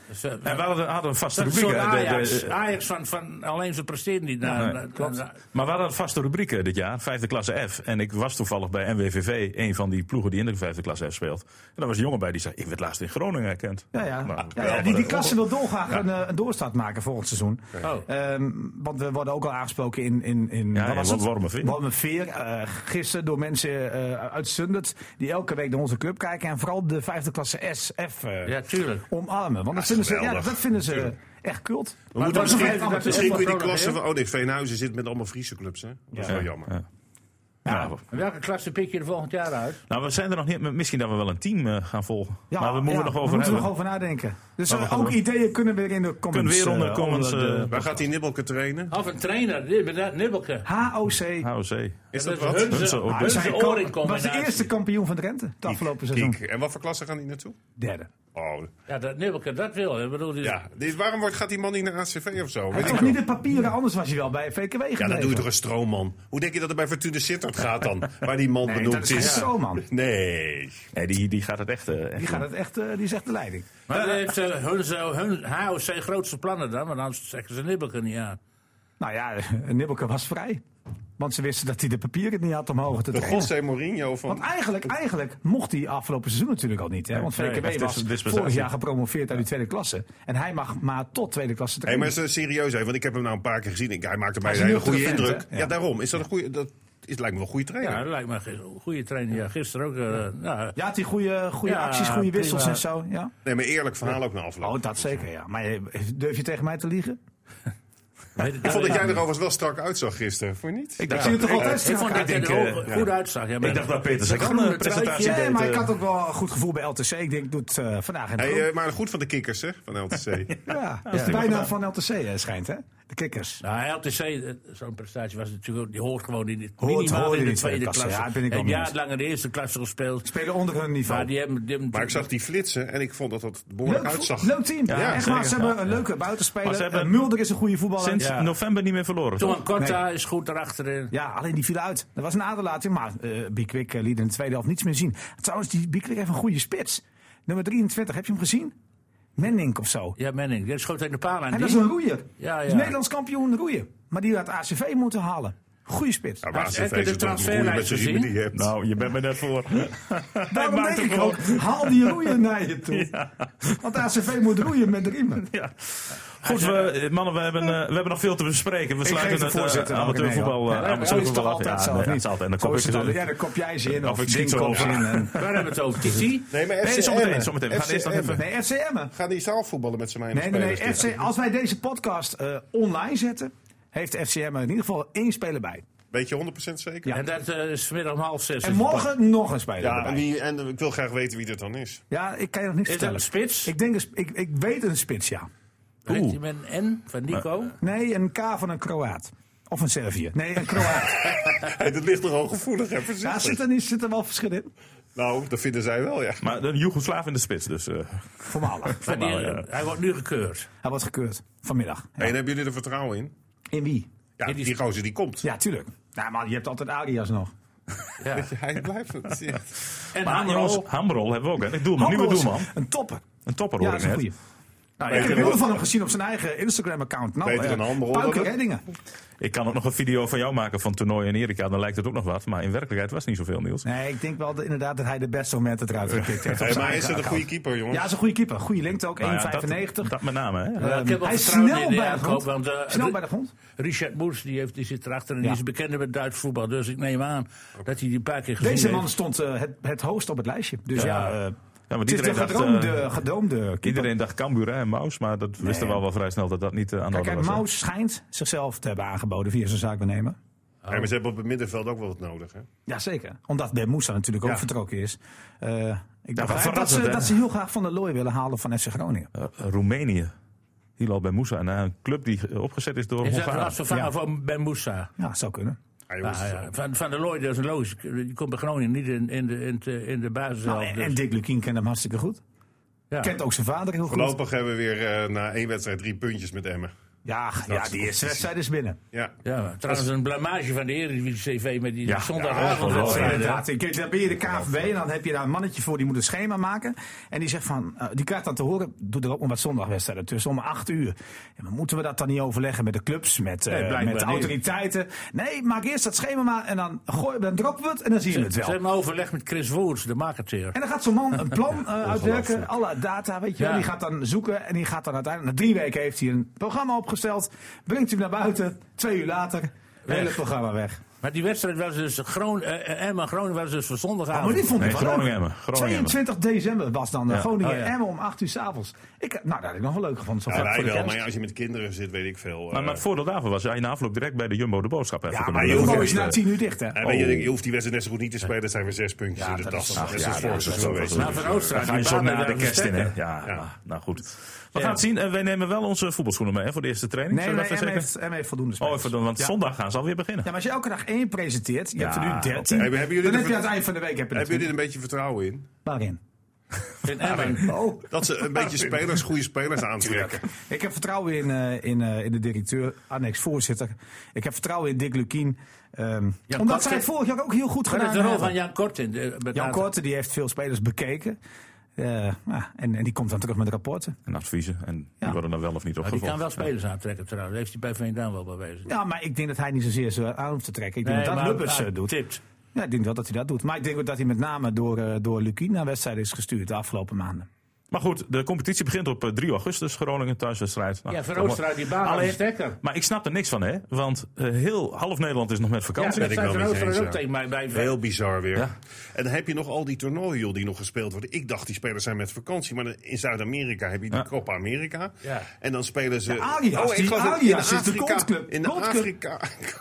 Dus, uh, En we hadden, hadden een vaste dat is een rubriek. soort hè, de- Ajax, de- Ajax van, van alleen ze presteren niet. Naar, Nee, klopt. Maar we hadden een vaste rubriek eh, dit jaar, vijfde klasse F. En ik was toevallig bij N W V V, een van die ploegen die in de vijfde klasse F speelt. En daar was een jongen bij die zei, ik werd laatst in Groningen herkend. Ja, ja. Nou, ja, ja die, die klasse wil dolgraag Ja. een, eh, een doorstart maken volgend seizoen. Oh. Ehm, want we worden ook al aangesproken in, in, in Ja, wat was ja, het? Wormerveer. Wormerveer. Uh, gisteren door mensen uh, uit Zundert die elke week naar onze club kijken. En vooral de vijfde klasse S F uh, Ja, tuurlijk. omarmen. Want dat vinden, ze, ja, geweldig. dat vinden ze Tuurlijk. echt kult. We moeten dat is misschien, nog even- dat is misschien even weer die wat klasse nodig, van... Oh nee, Veenhuizen zit met allemaal Friese clubs, hè? Dat is Ja. wel jammer. Ja. Ja. Ja. En welke klasse pik je er volgend jaar uit? Nou, we zijn er nog niet. Misschien dat we wel een team eh, gaan volgen. Ja, maar we moeten ja, er nog we over moeten er hebben. nog over nadenken. Dus Maar we uh, gaan ook er- ideeën kunnen weer in de comments. Kunnen weer onder de uh, comments, onder de- eh, Waar gaat die Nibbelke trainen? Of een trainer, Nibbelke. Nibbelke. H O C. H O C. Is Dat dat is wat? Hunze- Hunze ook. Ah, Hunze zij Oring ko- was de combinatie. eerste kampioen van Drenthe het afgelopen seizoen. Kiek. En wat voor klasse gaan die naartoe? Derde. Oh, Ja, dat Nibbelke, dat wil. Ik bedoel, die ja. Dit, waarom wordt, gaat die man niet naar A C V of zo? Hij Weet had ik toch wel. niet de papieren, anders was hij wel bij V K W gebleven. Ja, dan doe je toch een stroomman. Hoe denk je dat het bij Fortuna Sittard gaat dan? Waar die man Nee, benoemd dat is geen is. stroomman. Nee. Nee, die, die gaat het echt. eh, echt Die gaat het echt, uh, die is echt de leiding. Maar dan heeft uh, Hunze, hun H O C grootste plannen dan, want anders zeggen ze Nibbelke niet aan. Nou ja, Nibbelke was vrij. Want ze wisten dat hij de papieren niet had om hoger te De trainen. José Mourinho van... Want eigenlijk, eigenlijk mocht hij afgelopen seizoen natuurlijk al niet. Hè? Want Nee, V K W echt was dispensatie. vorig jaar gepromoveerd uit de tweede klasse. En hij mag maar tot tweede klasse Hé, maar trainen. is er serieus, hè? Want ik heb hem nou een paar keer gezien. Ik, hij maakte mij Hij een is hele een goede nuchtere indruk. vent, hè? Ja. Ja. daarom. Is dat een goede... Dat is, lijkt me wel een goede trainer. Ja, dat lijkt me een goede trainer. Ja, gisteren ook. Uh, nou, Ja, had hij goede, goede Ja, acties, goede wissels prima. en zo. Ja? Nee, maar eerlijk verhaal ook na afloop. Oh, dat zeker, ja. Maar eh, durf je tegen mij te liegen? weet Ik vond dat jij er overigens wel strak uitzag gisteren. Vond je niet? Ik dacht, zie het toch ik- altijd Ik strak vond uit. dat hij denk, er eh, ook goed uitzag. Ja, ik dacht dat Peter zijn groene een presentatie truitje. Nee, deed. maar ik eh, had ook wel een goed gevoel bij L T C. Ik denk, doet het uh, vandaag in de Hey, groep. eh, maar goed van de kikkers, hè? Van L T C. Ja, dat is de bijnaam van L T C eh, schijnt, hè? De kikkers. Nou, L T C, eh, zo'n prestatie was natuurlijk ook, die hoort gewoon in de, Hoort- minimaal hoort in de in de tweede tweede klasse. klasse, ja, ben ik wel Een mee jaar eens. lang in de eerste klasse gespeeld. Spelen onder hun niveau. Maar die hebben, die hebben Maar ik zag die flitsen en ik vond dat dat behoorlijk Leuk, uitzag. leuk team. Ja, Echt waar, ze zeker. hebben een Ja. leuke buitenspeler. Maar ze hebben- Eh, Mulder is een goede voetballer. Sinds Ja. november niet meer verloren. Toen toch? Korta Nee. is goed erachterin. Ja, alleen die viel uit. Dat was een aderlating, maar uh, Bikwik uh, liet in de tweede helft niets meer zien. Trouwens, die Bikwik heeft een goede spits. Nummer drieëntwintig, heb je hem gezien? Menning of zo. Ja, Menning. Die schoot in de paal aan. En dat die. is een roeier. Ja, Dat ja. is Nederlands kampioen roeien. Maar die had A C V moeten halen. Goeie spits. Ja, maar Heb je A C V de is toch een goede met transferlijst zijn riemen gezien? die je hebt. Nou, je bent me net voor. Daarom maakt denk hem ik ook, haal die roeier naar je toe. Want A C V moet roeien met de riemen. Ja. Goed, we, eh, mannen, we hebben, eh, we hebben nog veel te bespreken. We Ik sluiten geef de het voorzitter uh, wel, amateurvoetbal René, uh, hoor. amateurvoetbal Ja, af. dat is altijd Ja, zelf nee, niet. dat is altijd. En dan Zo kop is ik het er altijd. Ja, dan kop jij ze in. Of ik schiet Dink zo kop ze over. in en- Waar hebben we het over? Titi? Nee, maar F C Nee, zometeen, Emmen. zometeen. We gaan F C eerst nog even- Emmen. Nee, F C Emmen. Gaan die zaalvoetballen met z'n mijne Nee, nee, nee. spelers? F C, als wij deze podcast uh, online zetten, heeft F C Emmen in ieder geval één speler bij. Weet je honderd procent zeker? Ja. En dat uh, is vanmiddag om half zes. En morgen nog een speler Ja, erbij. en, die, en ik wil graag weten wie dat dan is. Ja, ik kan je nog niet Is dat vertellen. een spits? Ik, denk een sp- ik, ik weet een spits, ja. Begint hij met een N van Nico? Nee, een K van een Kroaat. Of een Serviër. Nee, een Kroaat. Hey, dat ligt toch al gevoelig, hè? Ja, Voorzichtig. zit er, niet, zit er wel verschil in? Nou, dat vinden zij wel, ja. Maar een Joegoslaaf in de spits, dus... uh, Voormalig. Van die, Nou, ja. Hij wordt nu gekeurd. Hij wordt gekeurd. Vanmiddag. Ja. Hey, en hebben jullie er vertrouwen in? In wie? Ja, die- die gozer die komt. Ja, tuurlijk. Nou, maar je hebt altijd Arias nog. Ja. Hij blijft het. Ja. En maar Hamrol. Hamrol, Hamrol hebben we ook, hè? Een doelman, nieuwe Hamrol is doelman. Een topper. Een topper Ja, hoor dat ik is een net. goeie. Nou, Ik ja, heb ik beelden van hem gezien op zijn eigen Instagram-account. Nou, Beter eh, dan Hamrol, Puiken dan- reddingen. Ik kan ook nog een video van jou maken van toernooi in Erika, dan lijkt het ook nog wat. Maar in werkelijkheid was het niet zoveel, Niels. Nee, ik denk wel dat, inderdaad dat hij de beste momenten eruit gepikt heeft. op Hey, zijn maar is eigen het een goede account. keeper, jongens? Ja, hij is een goede keeper. Goede lengte ook, Nou ja, één komma vijfennegentig. dat, dat met name, hè? Ja, ik heb wel hij is vertrouwen snel in de bij de aankoop, grond. want, uh, Snel Ri- bij de grond. Richard Moers die, heeft, die zit erachter en Ja. die is bekend met Duits voetbal. Dus ik neem aan dat hij die een paar keer gezien Deze heeft. man stond uh, het, het hoogst op het lijstje. Dus ja, Ja. uh, Ja, maar het is de iedereen dacht, gedroomde, uh, gedroomde keeper. Iedereen dacht Cambuur hè, en Maus, maar dat wisten we wel wel vrij snel dat dat niet uh, aan de Kijk, orde en was. hè. Maus schijnt zichzelf te hebben aangeboden via zijn zaakbenemer. Ja, maar ze hebben op het middenveld ook wel wat nodig, hè? Jazeker. Omdat Ben Moussa natuurlijk ook Ja. vertrokken is. Uh, ik maar begrijp dat verrassend, ze, hè? dat ze heel graag Van der Looy willen halen van F C Groningen. Uh, Roemenië. Hilal Ben Moussa. En uh, een club die uh, opgezet is door Is dat Hongarije. als vervanger Ja. van Ben Moussa? Ja, zou kunnen. Ja, jongens, Nou, ja, van, van der Looy, dat is logisch. Die komt bij Groningen niet in, in, de, in, de, in de basis. Nou, zelf, en, dus, en Dick Lukien kent hem hartstikke goed. ja. Kent ook zijn vader heel goed. Voorlopig hebben we weer uh, na één wedstrijd drie puntjes met Emmen. Ja, ja, die eerste wedstrijd is binnen. Ja. Ja, trouwens een blamage van de Eredivisie T V met die Ja. zondagavondwedstrijden. Inderdaad. Ik- Dan ben je de K N V B en dan heb je daar een mannetje voor die moet een schema maken. En die zegt van, uh, die krijgt dan te horen, doe er ook nog wat zondagwedstrijden tussen om acht uur. Ja, maar moeten we dat dan niet overleggen met de clubs, met, uh, Nee, blijkbaar met de niet. autoriteiten? Nee, maak eerst dat schema maar en dan, gooi, dan droppen we het en dan zien we het Ze wel. hebben overleg met Chris Woods, de marketeer. En dan gaat zo'n man een plan uh, uitwerken, alle data, weet je wel. Ja. Die gaat dan zoeken en die gaat dan uiteindelijk, na drie weken heeft hij een programma opgesteld, brengt hem naar buiten, twee uur later, Weg. hele programma weg. Maar die wedstrijd was dus Groen, uh, Emma Groningen was dus voor Oh, zondagavond. maar dit vond ik Nee, wel leuk. Groningen-Emmen. Groningen-Emmen. tweeëntwintig december was dan uh, Ja. Groningen Oh, ja. Emmen om acht uur s'avonds. Ik, nou, dat had ik nog wel leuk gevonden. Zo Ja, vlak wij voor de wel, kerst. maar ja, als je met kinderen zit, weet ik veel. Maar, eh, maar het voordeel daarvan was, ja, in de afloop direct bij de Jumbo de boodschap even Ja, kunnen maar doen. Jumbo hoeft is na niet, tien uur dicht, hè? en weet je, Oh. je hoeft die wedstrijd net zo goed niet te spelen. Dat zijn weer zes puntjes Ja, in de dat tas. is Dat toch- is ja, het vorig dat is seizoen toch- geweest. Nou, van Oostenrijk. Dan ga je die zo banen naar de daar kerst in, hè? versterken. Ja, Ja. nou, nou goed. We Ja. gaan het zien. En wij nemen wel onze voetbalschoenen mee hè, voor de eerste training. Nee, Zullen nee, we M dat even heeft, zeggen? M heeft voldoende Oh, spelers. even doen, want Ja. zondag gaan ze alweer beginnen. Ja, maar als je elke dag één presenteert, je Ja, hebt er nu oké. dertien, Hebben jullie dan er heb je ver- aan het eind van de week... Heb je Hebben jullie er er een beetje vertrouwen in? Waarin? In Emmen. Oh. Dat ze een beetje spelers, goede spelers aantrekken. Ik heb vertrouwen in, uh, in, uh, in de directeur, annex voorzitter. Ik heb vertrouwen in Dick Lukien. Um, Jan omdat Kort- zij het vorig jaar ook heel goed Wat gedaan is de rol hebben. van Jan Kort in? De, met Jan later- Korte die heeft veel spelers bekeken. Uh, ja, en, en die komt dan terug met rapporten. En adviezen. En die Ja. worden dan wel of niet Maar opgevolgd. die kan wel spelers aantrekken trouwens. Dat heeft hij bij Veendam wel bewezen. Ja, maar ik denk dat hij niet zozeer zo aan hoeft te trekken. Ik denk Nee, dat dat maar Lubbers hij uh, doet. tipt. Ja, ik denk wel dat hij dat doet. Maar ik denk ook dat hij met name door, uh, door Lukien naar wedstrijden is gestuurd de afgelopen maanden. Maar goed, de competitie begint op eh, drie augustus. Groningen thuiswedstrijd. Nou, Ja, van dat wordt- Oostenrijk die baan Alleen- is stekker. Maar ik snap er niks van, hè? Want eh, heel half Nederland is nog met Ja, vakantie. dat ik zijn wel van met je Oostenrijk eens, ook ja. tegen mij bij. Heel bizar weer. Ja. En dan heb je nog al die toernooien joh, die nog gespeeld worden. Ik dacht die spelers zijn met vakantie. Maar in Zuid-Amerika heb je die Ja. Copa America. Ja. En dan spelen ze... Ja, Arias, oh, ik die geloof dat Arias in is de Afrika- Goldclub. In de Goldclub. Afrika...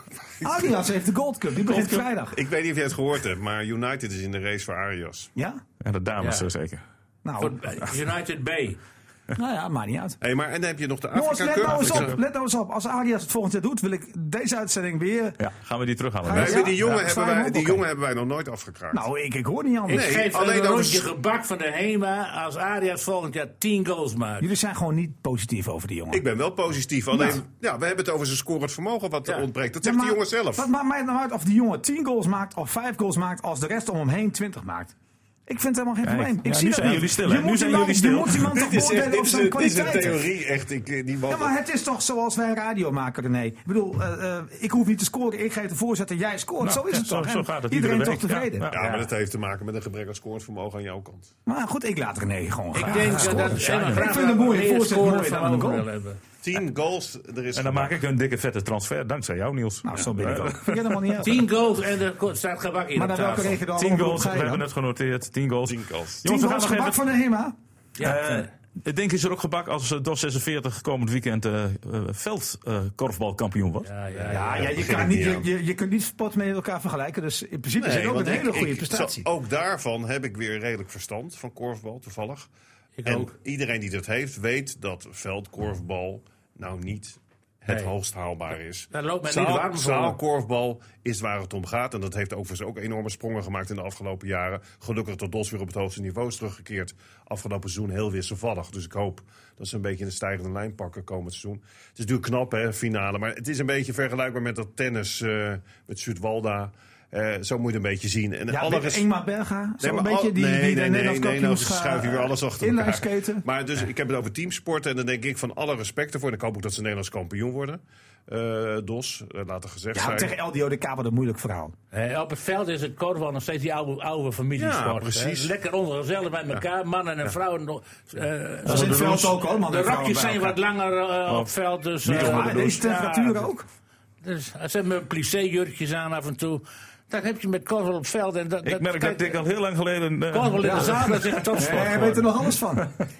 Arias heeft de Gold Cup. Die begint vrijdag. Ik weet niet of jij het gehoord hebt, maar United is in de race voor Arias. Ja? Ja, de dames Ja. eh, zeker. Nou, Voor United B. nou ja, maakt niet uit. Hey, maar en dan heb je nog de Jongens, Afrika let Cup. nou eens Ik op. zeg- Let nou eens op. Als Arias het volgend jaar doet, wil ik deze uitzending weer... Ja, gaan we die terughalen? Ga Wij Ja, hebben die jongen, ja, hebben, staan we wij, op die elkaar. jongen hebben wij nog nooit afgekraakt. Nou, ik, ik hoor niet Ik anders. Nee, geef alleen alleen een over- rondje gebak van de HEMA als Arias volgend jaar tien goals maakt. Jullie zijn gewoon niet positief over die jongen. Ik ben wel positief. Alleen, ja. we hebben het over zijn scorend vermogen wat er Ja. ontbreekt. Dat Ja, zegt maar die jongen zelf. Wat maakt mij nou uit of die jongen tien goals maakt of vijf goals maakt als de rest om hem heen twintig maakt? Ik vind het helemaal geen Kijk, probleem. Ik ja, zie nu dat zijn niet. jullie stil, Je hè? moet Nu zijn iemand- jullie stil. Je moet iemand toch Dit is, beoordelen dit, op is zijn een, dit is een kwaliteiten. theorie, echt. Ik, eh, die man, Ja, maar het is toch zoals wij radio maken, René. Ik bedoel, uh, uh, ik hoef niet te scoren, ik geef de voorzitter, jij scoort. Nou, zo is ja, het zo- toch? zo En gaat het iedereen iedere toch week. tevreden. Ja, ja, maar dat heeft te maken met een gebrek aan scorend vermogen aan jouw kant. Maar goed, ik laat René gewoon Ik graag denk dat scoren. dat Ja, Emma ik graag vind het mooi, meer voorzitter, scoren mooier dan van een over goal. wil hebben. Tien goals, er is En dan gemaakt. maak ik een dikke vette transfer, dankzij jou, Niels. Nou, zo ben ik Ja. ook. Vind je helemaal niet uit. Tien goals en er staat gebak in Maar op naar welke tafel. regio dan? Tien goals, Ga we je hebben dan? het genoteerd. Tien goals. Tien goals. Tien Jongens, we gaan goals nog gebak even... van de HEMA. Ja, Eh, eh, ik denk is er ook gebak als uh, DOS zesenveertig komend weekend uh, uh, veldkorfbalkampioen wordt. ja, ja, Ja, ja. ja, je, begin kan ik niet, niet je, aan. je, je kunt niet sport met elkaar vergelijken. Dus in principe is het ook want een ik- hele goede ik- prestatie. zo- ook daarvan heb ik weer redelijk verstand van korfbal, toevallig. Ik en ook. iedereen die dat heeft, weet dat veldkorfbal nou niet het Nee. hoogst haalbaar is. Daar loopt men Zaal- niet warm voor. Zaalkorfbal is waar het om gaat. En dat heeft overigens ook enorme sprongen gemaakt in de afgelopen jaren. Gelukkig dat DOS weer op het hoogste niveau is teruggekeerd. Afgelopen seizoen heel wisselvallig. Dus ik hoop dat ze een beetje in de stijgende lijn pakken komend seizoen. Het is natuurlijk knap, hè, finale. Maar het is een beetje vergelijkbaar met dat tennis uh, met Zuidwalda. Uh, zo moet je het een beetje zien. En Ja, alle met res- Ingmar Berga, zo Nee, een maar beetje al- die, nee, die de nee, Nederlands nee, nee, kampioens nou schuif je weer alles achter inline elkaar. skaten. Maar dus, ik heb het over teamsport en dan denk ik van alle respect ervoor. En ik hoop ook dat ze Nederlands kampioen worden. Uh, DOS, uh, laten gezegd Ja, zijn. tegen L D O D K wat een moeilijk verhaal. Eh, op het veld is het korfbal nog steeds die oude, oude familiesport. Ja, hè. precies. Lekker ondergezellig bij elkaar, mannen en vrouwen. nog, eh, Dat is in het veld ook hoor, man. de rokjes zijn wat langer uh, op het veld. Dus, Niet eh, onder de Ja, deze temperatuur ja, ook. Dus, ze hebben plissé-jurkjes aan af en toe. Dat heb je met korfbal op het veld. En dat, Ik merk dat ik al heel lang geleden... uh, korfbal in Ja. de zaal, dat is echt topsport. Hij weet er nog alles van.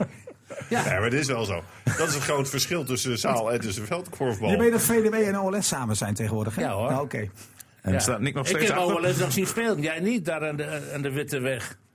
Ja, maar het is wel zo. Dat is een groot verschil tussen zaal en tussen veldkorfbal. Je weet dat V D W en O L S samen zijn tegenwoordig, hè? Ja, hoor. Nou, oké. En Ja. staat Nick nog Ik steeds heb achter? al wel eens nog zien spelen. Jij niet daar aan de, aan de Witte Weg.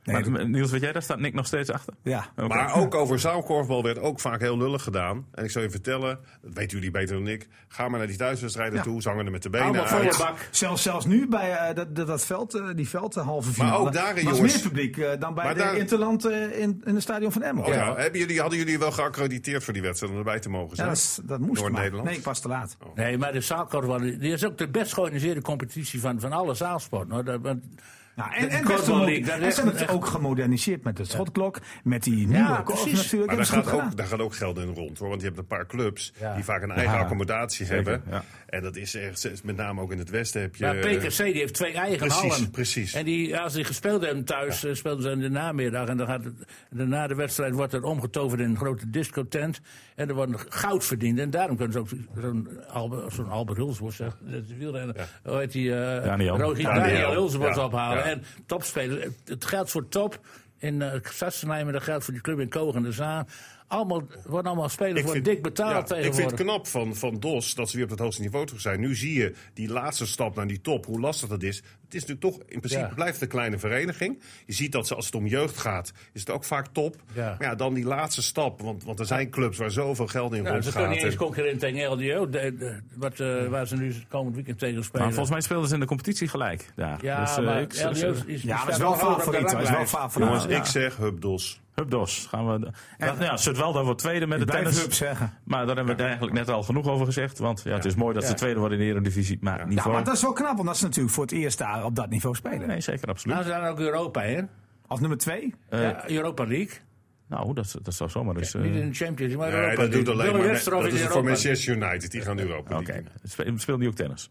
Nee, Maar, Niels, weet jij, daar staat Nick nog steeds achter? Ja. Oké. Maar ook over zaalkorfbal werd ook vaak heel lullig gedaan. En ik zal je vertellen, dat weten jullie beter dan ik. Ga maar naar die thuiswedstrijden Ja. toe, zangen er met de benen Allemaal volle uit. bak. Zelfs, zelfs nu bij uh, dat, dat, dat veld, uh, die veld, uh, halve finale. ook daarin, was jongens. meer publiek uh, dan bij Maar de daar- Interland uh, in, in het stadion van Emmen. Oh, ja. Hebben jullie, hadden jullie wel geaccrediteerd voor die wedstrijd om erbij te mogen Ja, zijn? dat, is, dat moest maar. Noord-Nederland? Nee, ik was te laat. Nee, maar de zaalkorfbal, die is ook de best georganiseerde competitie van, van alle zaalsporten. Hoor. Dat, want- Nou, en, De en, korfbal best league, wel- dat en is ze hebben echt- het ook gemoderniseerd met de schotklok. Met die nieuwe Ja, korf precies. natuurlijk. Maar Dat daar is goed gaat, gedaan. ook, daar gaat ook geld in rond hoor. Want je hebt een paar clubs Ja. die vaak een eigen Ja, accommodatie zeker, hebben. ja. En dat is echt, met name ook in het westen heb je. Ja, P K C die heeft twee eigen Precies, hallen. precies. En die, als die gespeeld hebben thuis, eh, speelden ze in de namiddag. En dan gaat het, na de wedstrijd wordt het omgetoverd in een grote discotent. En er wordt nog goud verdiend. En daarom kunnen ze ook zo'n Albert, zo'n Albert Hulsbos, zeg, dat is de wielrenner, hoe heet die, uh, Daniel. Rogier Daniel. Daniel Hulsbos Ja, ophalen. ja. En topspelen. Het, het geldt voor top in uh, Sassenheim, en dat geldt voor die club in Koog en de Zaan. Allemaal, worden allemaal spelers worden dik betaald ja, ik tegenwoordig. vind het knap van, van D O S dat ze weer op het hoogste niveau terug zijn. Nu zie je die laatste stap naar die top, hoe lastig dat is. Het is natuurlijk toch, in principe Ja. blijft het een kleine vereniging. Je ziet dat ze, als het om jeugd gaat, is het ook vaak top. Ja. Maar ja, dan die laatste stap, want, want er zijn clubs waar zoveel geld in Ja, ze kunnen rondgaat. niet eens En- concurrent tegen L D O, de, de, wat, uh, waar ze nu komend weekend tegen spelen. Maar volgens mij speelden ze in de competitie gelijk daar. Ja, dus, uh, maar ik, L D O is, is Ja, maar het is staat wel hoger op de favoriet. Het is wel ranglijst. favoriet. Jongens, Ja. ik zeg Hub D O S. Hubdos gaan we. En ja, Zuidwalda wordt tweede met de Blijf tennis. Hub zeggen. Maar daar hebben we het eigenlijk net al genoeg over gezegd. Want ja, het is mooi dat ze Ja. tweede worden in de Eredivisie. Maar niet Ja, voor. maar dat is wel knap, want dat is natuurlijk voor het eerst daar op dat niveau spelen. Nee, zeker, absoluut. Nou, ze zijn ook Europa, hè? Als nummer twee. Eh, Ja, Europa League. Nou, dat, dat zou zomaar eens. eh, Niet in de Champions League, maar Nee, Europa dat League. doet alleen Billy maar. Webster of Dat in is Europa voor League. Manchester United, die gaan de Europa Oké, League. okay. Speelt die ook tennis?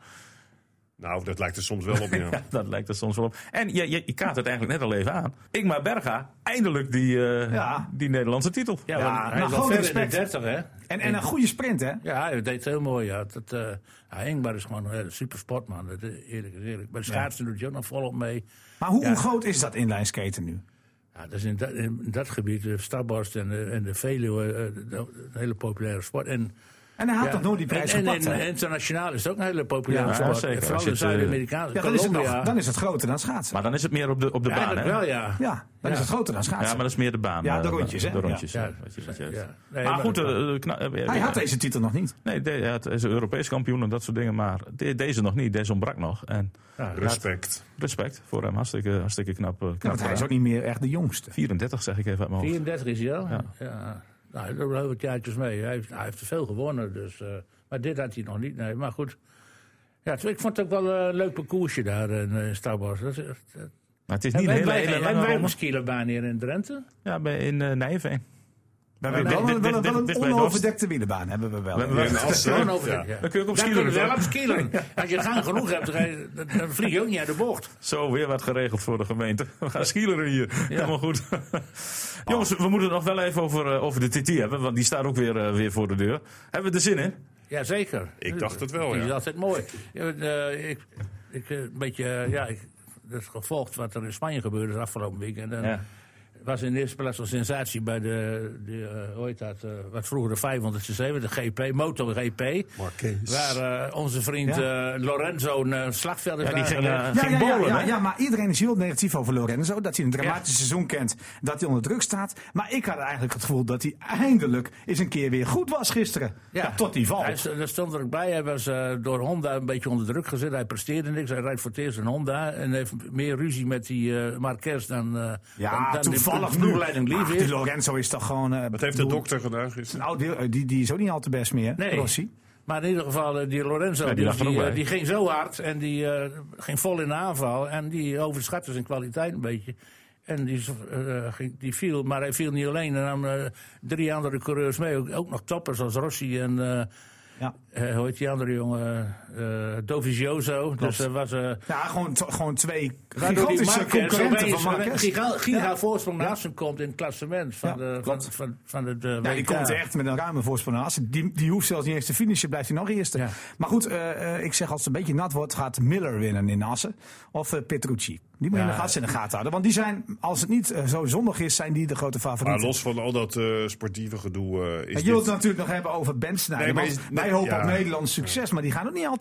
Nou, dat lijkt er soms wel op. Ja. Ja, dat lijkt er soms wel op. En je, je, je kaart het eigenlijk net al even aan. Ingmar Berga, eindelijk die, eh, Ja. die Nederlandse titel. Ja, Ja, want hij nou, is al gewoon ver in de respect. dertig, hè? En, en een goede sprint, hè? Ja, hij deed het heel mooi. Ja. Dat, uh, ja, Ingmar is gewoon een hele super sportman. Dat, is eerlijk is eerlijk. Bij schaatsen doet hij ook nog volop mee. Maar hoe, Ja. hoe groot is dat inlineskaten nu? Ja, dat is in dat, in dat gebied, de Staphorst en de, en de Veluwe, uh, de, de, een hele populaire sport. En, En hij had ja, toch nooit die prijs en, en, gepakt, en hè? internationaal is het ook een hele populaire Ja, sport. zeker. Vooral Als je de het, uh, Zuid-Amerikaanse, Ja, dan is, het Colombia. nog, dan is het groter dan schaatsen. Maar dan is het meer op de, op de baan, Eigenlijk hè? wel, ja. Ja, dan Ja. is het groter dan Ja, schaatsen. maar dat is meer de baan. Ja, de eh, rondjes, hè? De rondjes, Ja. ja. Wat je, wat je, Ja. Nee, maar maar goed, dat- eh, kna- eh, Hij ja. had deze titel nog niet. Nee, de, ja, het is een Europees kampioen en dat soort dingen. Maar de- deze nog niet, deze ontbrak nog. En Ja, Respect. respect voor hem, hartstikke, hartstikke knap. eh, knap Ja, want hij is gedaan. ook niet meer echt de jongste. vierendertig zeg ik even uit mijn hoofd. vierendertig is hij al? Ja. Ja. Nou, hij loopt heel wat jaartjes mee. Hij heeft, hij heeft er veel gewonnen, dus, uh, maar dit had hij nog niet. Nee, maar goed. Ja, het- ik vond het ook wel een leuk parcoursje daar in uh, Staphorst. Dat is, dat, Maar het is niet een hebben hele, wij, hele hebben lange wij ronde. een skielenbaan hier in Drenthe? Ja, bij, in uh, Nijveen. We hebben dit- wel, dit- een- dit- wel, dit- wel dit een bij onoverdekte wielenbaan. Hebben we wel. We hebben Ja, en als, eh, Gewoon over. ja. Ja. Dan kun je ook op Daar skileren, kun je wel toch? op skileren. Als je gang genoeg hebt, dan, ga je- dan- dan vlieg je ook niet uit de bocht. Zo, weer wat geregeld voor de gemeente. We gaan skileren hier. Helemaal goed. Jongens, we moeten het nog wel even over, uh, over de T T hebben. Want die staat ook weer, uh, weer voor de deur. Hebben we er zin in? Jazeker. Ik dacht het wel, Die is ja. altijd mooi. Ja, uh, ik, ik, uh, een beetje, uh, ja, ik, dat is gevolgd wat er in Spanje gebeurde de afgelopen week. En dan Ja. was in de eerste plaats een sensatie bij de, de uh, hoe heet dat, uh, wat vroeger de vijfhonderd cc, de G P, MotoGP. Marquez. Waar uh, onze vriend uh, Lorenzo een uh, slagveld heeft Ja, die ging, aangelegd. uh, Ja, ging ja, ja, bowlen, ja, hè? ja, maar iedereen is heel negatief over Lorenzo. Dat hij een dramatisch Ja. seizoen kent. Dat hij onder druk staat. Maar ik had eigenlijk het gevoel dat hij eindelijk eens een keer weer goed was gisteren. Ja, tot die val. Hij, is- daar stond er ook bij. Hij was uh, door Honda een beetje onder druk gezet. Hij presteerde niks. Hij rijdt voor het eerst een Honda. En heeft meer ruzie met die uh, Marquez dan, uh, Ja, dan, dan toevallig de nu. ploegleiding lief Ach, is. die Lorenzo is toch gewoon... eh, Wat heeft de bedoel, dokter gedaan gisteren? Nou, die, die, die is ook niet al te best meer. Nee. Rossi. Maar in ieder geval, uh, die Lorenzo Ja, die die, lag er ook die, uh, bij. die ging zo hard. En die uh, ging vol in de aanval. En die overschatte zijn kwaliteit een beetje. En die, uh, ging- die viel, maar hij viel niet alleen. En nam uh, drie andere coureurs mee. Ook, ook nog toppers zoals Rossi en... Uh, Ja. uh, hoe heet die andere jongen? Uh, Dovizioso. Dus er was... Uh, Ja, gewoon, t- gewoon twee Waardoor die gigantische Marquez concurrenten opeens van een Marquez. giga, giga Ja. voorsprong naast hem komt in het klassement van, Ja, de, van, klopt. van, van het uh, Ja, die W K. komt echt met een ruime voorsprong naast. Die, die hoeft zelfs niet eens te finishen, blijft hij nog eerste. Ja. Maar goed, uh, uh, ik zeg als het een beetje nat wordt, gaat Miller winnen in Assen. Of uh, Petrucci. Die moet je Ja. in de gaten in de gaten houden. Want die zijn, als het niet uh, zo zondag is, zijn die de grote favorieten. Maar los van al dat uh, sportieve gedoe uh, is En je wilt dit... het natuurlijk nog hebben over Ben Snyder. Nee, maar want is- wij nee, hopen ja. op Nederlands succes, maar die gaan ook niet al te lekker. Nee.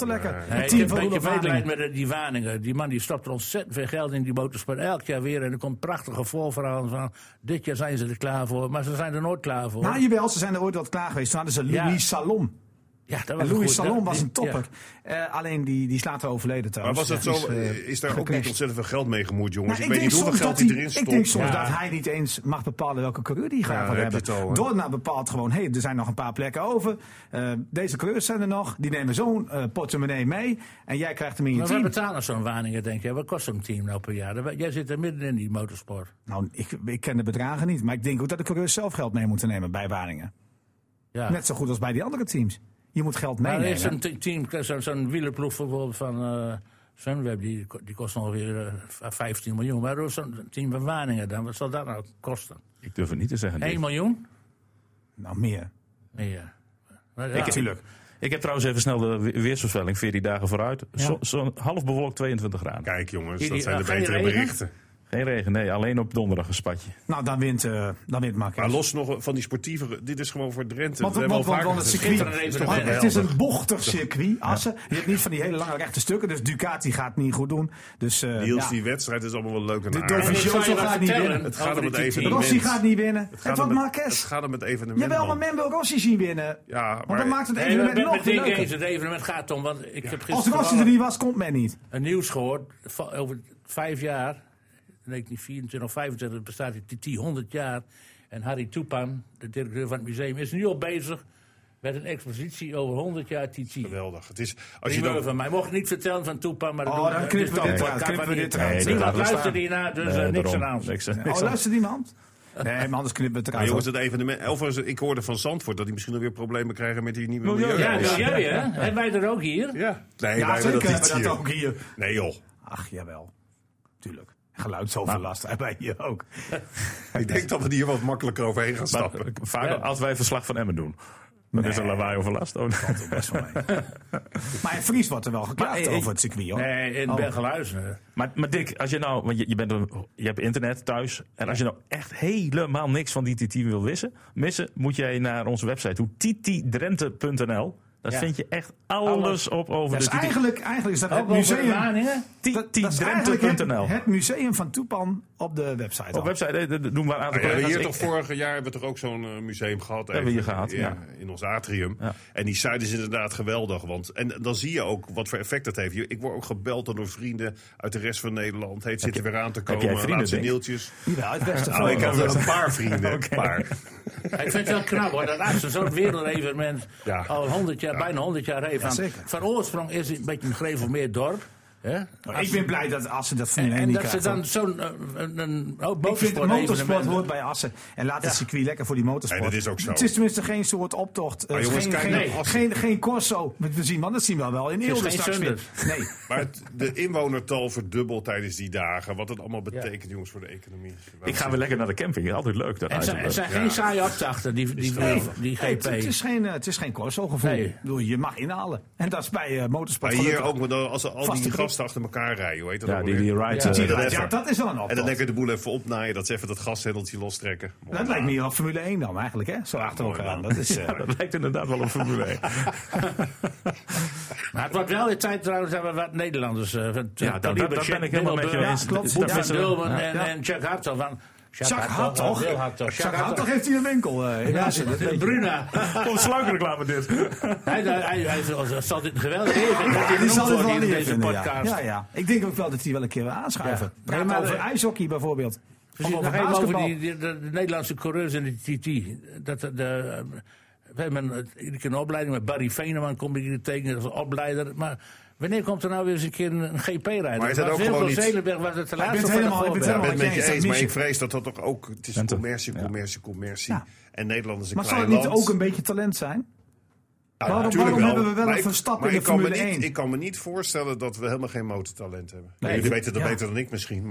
Nee, ik team heb van een beetje Roelof medelijden Waningen. met die Waningen. Die man die stopt er ontzettend veel geld in die motorsport. Elk jaar weer. En er komt prachtige voorverhalen van. Dit jaar zijn ze er klaar voor. Maar ze zijn er nooit klaar voor. Nou, jawel, ze zijn er ooit wat klaar geweest. Toen hadden ze Ja. Louis Salom. ja, dat En was Louis goed. Salom Dat- was die- een topper. Uh, alleen die, die is later overleden Maar trouwens. was het Ja, zo, die is, uh, is daar ook gecrashed. niet ontzettend veel geld mee gemoeid, jongens? Nou, ik weet niet hoeveel soms geld dat hij erin Ik stopt. denk soms Ja. dat hij niet eens mag bepalen welke coureur die gaat Ja, voor heb je hebben. het al, hè? Dorna bepaalt gewoon, hé, hey, er zijn nog een paar plekken over. Uh, deze coureurs zijn er nog. Die nemen zo'n uh, portemonnee mee. En jij krijgt hem in je Maar we team. betalen zo'n Waningen, denk je. Wat kost zo'n team nou per jaar? Jij zit er midden in die motorsport. Nou, ik, ik ken de bedragen niet. Maar ik denk ook dat de coureurs zelf geld mee moeten nemen bij Waningen. Ja. Net zo goed als bij die andere teams. Je moet geld Maar er meenemen. is een te- team, zo'n zo'n wielerploeg bijvoorbeeld van uh, Sunweb, die, die kost ongeveer uh, vijftien miljoen. Maar er is zo'n team van Waningen dan, wat zal dat nou kosten? Ik durf het niet te zeggen. één miljoen? Nou, meer. Meer. Maar, ja. Ik, Natuurlijk. ik heb trouwens even snel de we- weersvoorspelling, veertien dagen vooruit. Ja. Zo- Zo'n half bewolkt tweeëntwintig graden. Kijk, jongens, Hier, dat zijn de geen betere regen? berichten. Geen regen, nee. Alleen op donderdag een spatje. Nou, dan wint, uh, dan wint Marquez. Maar los nog van die sportieve... Dit is gewoon voor Drenthe. Want, Dat hebben want, we al want, want vaker het gezegd. circuit, Schitterend evenement. want het is een bochtig circuit, Assen. Je hebt niet van die hele lange rechte stukken, dus Ducati gaat niet goed doen. Dus, uh, Niels, ja. die wedstrijd is allemaal wel leuk en De aardig. Dovizioso Ik zal je wat gaat niet vertellen winnen. Het gaat over om het die evenement. Rossi gaat niet winnen. Het Het gaat wordt om het- Marquez. Het gaat om het evenement. Jawel, maar man. men wil Rossi zien winnen. Ja, Want maar... dan maakt het Nee, ik evenement ben nog met Dick eens. leuker. Het evenement gaat om, want ik heb Als gisteren Rossi er niet was, komt men niet. een nieuws gehoord. va- Over vijf jaar, negentien vierentwintig of vijfentwintig, bestaat die T T honderd jaar. En Harry Toepan, de directeur van het museum, is nu al bezig met een expositie over honderd jaar T T. Geweldig. Het is, als je Primeur dan, van mij. Mocht ik niet vertellen van Toepan, maar dat Oh, doen dan we- knippen we dus dit dat eruit, kan knippen van we niet. dit eruit. Nee, Niemand dat laten we luistert staan. hiernaar, dus Nee, eh, niks daarom. aan aan. Niks, niks Oh, aan. luistert niemand? Nee, maar anders knippen we het maar eruit. jongens, het evenement... Elvers, ik hoorde van Zandvoort dat die misschien alweer problemen krijgen met die nieuwe Milieu. milieu. Ja, Ja. milieu, hè? Hebben wij er ook hier? Ja. Nee, Ja, wij hebben zeker dat hebben niet we dat hier. ook hier. Nee, joh. Ach, jawel. Tuurlijk. Geluidsoverlast hebben wij hier ook. Ik denk dat we hier wat makkelijker overheen gaan Maar, stappen. vaak Ja. als wij verslag van Emmen doen. Dan is er Nee. lawaai overlast. Oh, nee. Best wel mee. Maar in Fries wordt er wel geklaagd Maar, eh, over het circuit, hoor. Nee, in Oh. Bergeluizen. Maar, maar Dick, als je nou, want je, je, bent een, je hebt internet thuis. En als je nou echt helemaal niks van die T T wil wissen, missen, moet jij naar onze website toe. t t drenthe punt n l. Daar Ja. vind je echt alles, Alles. op over Dat is de T T. eigenlijk, eigenlijk is dat het Ook over museum. Waningen? Dat, dat is t eigenlijk drenthe punt n het, l. het museum van Toepan op de website. Op al. website eh, dat doen we een aantal Nou ja, we collega's. hier Ik- toch vorig jaar hebben we toch ook zo'n eh, museum gehad. Hebben we even hier gehad, in, ja. in ons atrium. Ja. En die site is inderdaad geweldig. Want, en dan zie je ook wat voor effect dat heeft. Ik word ook gebeld door vrienden uit de rest van Nederland. Heet, zit er weer aan te jij komen. vrienden, Laatste Dick? nieuwtjes. Jawel, uit Westervoort. Nou, ik heb wel een paar vrienden. Oké. Een paar. Ik vind het wel knap hoor, dat Assen zo'n wereldevenement Ja. al honderd jaar, bijna honderd jaar heeft. Van, zeker. van oorsprong is het een beetje een gereformeerd dorp. Hè? Ik ben blij dat Assen dat Formule En, één en niet dat ze krijgt. dan zo'n uh, een, een hoop Ik vind de motorsport motorsport hoort bij Assen. En laat het circuit lekker voor die motorsport. Nee, dat is ook zo. Het is tenminste geen soort optocht. eh, Maar jongens, geen, kijk geen, naar geen, Assen. geen, geen corso met benzine. Want dat zien we wel in Eelde geen straks weer. Nee. Maar het, de inwonertal verdubbelt tijdens die dagen. Wat het allemaal betekent, jongens, voor de economie. Ik ga weer lekker naar de camping. Altijd leuk. Dat En het zijn, het zijn geen saaie optachten, die, die, die, Nee, die nee, G P. het, het is geen, eh, het is geen corso gevoel. Nee. Ik bedoel, je mag inhalen. En dat is bij eh, motorsport Maar hier gelukkig. ook, maar als al Vaste die groep. gasten achter elkaar rijden, hoe heet dat Ja, ook die, alweer? die ride. Ja. eh, Zie je dat dat? even. Ja, dat is wel een En dan optocht. lekker de boel even opnaaien, dat ze even dat gashendeltje lostrekken. Dat lijkt me hier op Formule één dan eigenlijk, hè? Zo achter mooi elkaar aan. man. Dat is, eh, Ja, dat lijkt inderdaad wel een Formule één. Maar het wordt wel de tijd trouwens dat we wat Nederlanders... Uh, van, Ja, dat- Tony dat- dat Bechek, ben ik helemaal met je Willem eens. klopt. Dat Jan vissen we- Dulman ja. en, Ja. en Chuck Hartog. Van, Jacques Hartog? Wil Hartog. Jacques Hartog heeft hier een winkel eh, in Assen. dat weet je. Bruna. Komt sluikreclame dit. hij, hij, hij, hij zal dit een geweldig even. Ja, die zal het wel in niet deze vinden, ja. podcast. Ja, ja. Ik denk ook wel dat die wel een keer wil aanschuiven. Ja. Praat Nee, maar, over eh, ijshockey bijvoorbeeld. Precies, Of nog over even over basketbal. die, die- de, de Nederlandse coureurs in de T T. Dat, de, de, we hebben een, iedere keer een opleiding met Barry Veneman, kom ik hier tegen als opleider. Maar wanneer komt er nou weer eens een keer een G P-rijder? Maar is dat ook Wilco gewoon niet- Zelenberg was het de Maar ik laatste ben van de helemaal- ik ben Ja, ik voorbeeld. ben het met je Is dat eens, maar niche? ik vrees dat dat toch ook... Het is Vente. commercie, Ja. commercie, commercie. Ja. En Nederland is een Maar zou klein het niet land. ook een beetje talent zijn? Ja, waarom- natuurlijk waarom hebben we wel Maar een ik- Verstappen maar in ik de kan me Formule niet- één? Ik kan me niet voorstellen dat we helemaal geen motortalent hebben. Nee, Jullie ik- weten dat ja. beter dan ik misschien, maar...